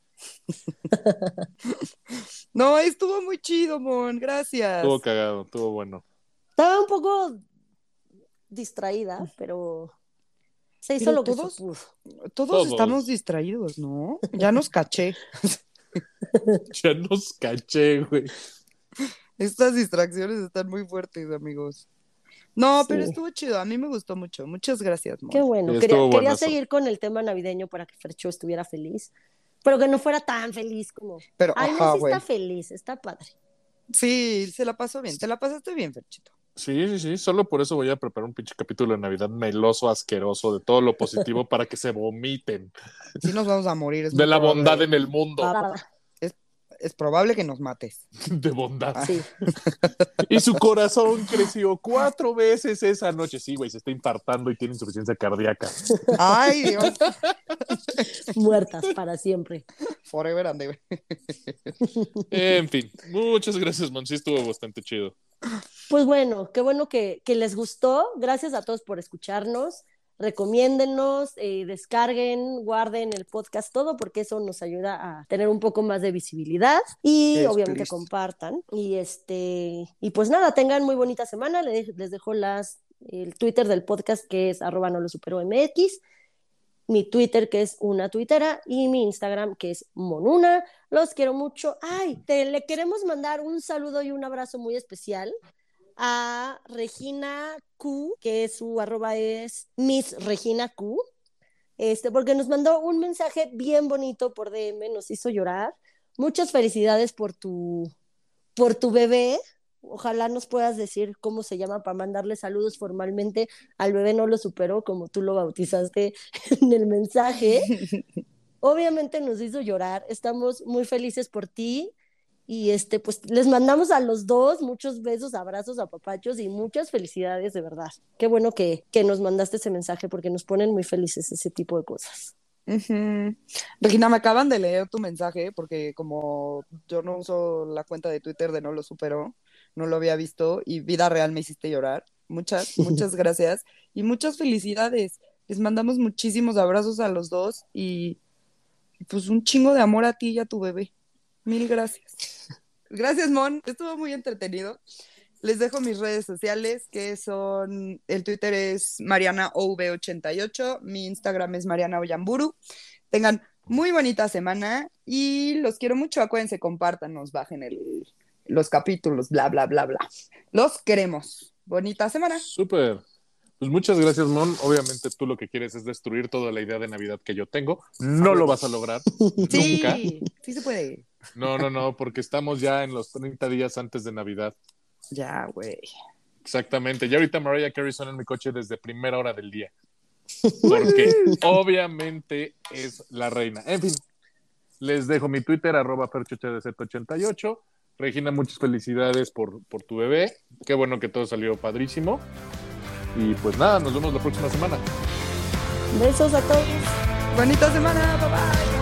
S2: No, estuvo muy chido, Mon,
S3: Estuvo
S2: gracias.
S3: cagado, estuvo bueno.
S1: estaba un poco distraída, pero se hizo
S2: Pero
S1: lo que se pudo.
S2: todos estamos
S3: Todos.
S2: distraídos, ¿no? Ya nos caché.
S3: Ya nos caché, güey.
S2: Estas distracciones están muy fuertes, amigos. No, pero
S1: Sí,
S2: estuvo chido. A mí me gustó mucho. Muchas gracias,
S1: qué
S2: Mon.
S1: bueno.
S3: Estuvo
S1: Quería
S3: buenazo.
S1: seguir con el tema navideño para que Fercho estuviera feliz, pero que no fuera tan feliz como...
S2: Pero,
S1: Ay, no,
S2: ajá,
S1: sí está
S2: güey.
S1: feliz, está padre.
S2: Sí, se la pasó bien. Te la pasaste bien, Ferchito.
S3: Sí, sí, sí. Solo por eso voy a preparar un pinche capítulo de Navidad meloso, asqueroso, de todo lo positivo para que se vomiten
S2: Sí nos vamos a morir, es
S3: de
S2: muy
S3: la bondad
S2: probable.
S3: en el mundo.
S2: Es probable que nos mates.
S3: De bondad.
S1: Sí,
S3: Y su corazón creció 4 veces esa noche. Sí, güey, se está infartando y tiene insuficiencia cardíaca.
S2: Ay, Dios.
S1: muertas para siempre.
S2: Forever and ever.
S3: En fin, muchas gracias, man. Sí estuvo bastante chido.
S1: Pues bueno, qué bueno que les gustó. Gracias a todos por escucharnos. Recomiéndennos, descarguen, guarden el podcast, todo, porque eso nos ayuda a tener un poco más de visibilidad y
S2: Yes,
S1: obviamente
S2: please.
S1: compartan. Y pues nada, tengan muy bonita semana. Les dejo el Twitter del podcast que es @nolosuperomx, mi Twitter que es una tuitera y mi Instagram que es monuna. Los quiero mucho. Ay, le queremos mandar un saludo y un abrazo muy especial a Regina Q, que su arroba es Miss Regina Q, porque nos mandó un mensaje bien bonito por DM, nos hizo llorar. Muchas felicidades por tu bebé. Ojalá nos puedas decir cómo se llama para mandarle saludos formalmente. Al bebé no lo superó como tú lo bautizaste en el mensaje. Obviamente nos hizo llorar. Estamos muy felices por ti. Y pues les mandamos a los dos muchos besos, abrazos, apapachos y muchas felicidades, de verdad. Qué bueno que nos mandaste ese mensaje porque nos ponen muy felices ese tipo de cosas.
S2: Ujú. Regina, me acaban de leer tu mensaje porque como yo no uso la cuenta de Twitter de No Lo Superó, no lo había visto y vida real me hiciste llorar. Muchas, muchas gracias y muchas felicidades. Les mandamos muchísimos abrazos a los dos y pues un chingo de amor a ti y a tu bebé. Mil gracias. Gracias, Mon. Estuvo muy entretenido. Les dejo mis redes sociales, que son, el Twitter es MarianaOV88, mi Instagram es Mariana Oyamburu. Tengan muy bonita semana y los quiero mucho. Acuérdense, compártanos, bajen los capítulos, bla, bla, bla, bla. Los queremos. Bonita semana.
S3: Súper. Pues muchas gracias, Mon. Obviamente tú lo que quieres es destruir toda la idea de Navidad que yo tengo. No lo vas a lograr. Nunca.
S2: Sí se puede.
S3: No, porque estamos ya en los 30 días antes de Navidad.
S2: Ya, güey.
S3: Exactamente. Ya ahorita Mariah Carey suena en mi coche desde primera hora del día. Porque obviamente es la reina. En fin, les dejo mi Twitter, @ferchohdz88. Regina, muchas felicidades por tu bebé. Qué bueno que todo salió padrísimo. Y pues nada, nos vemos la próxima semana.
S1: Besos a todos.
S2: Bonita semana, bye bye.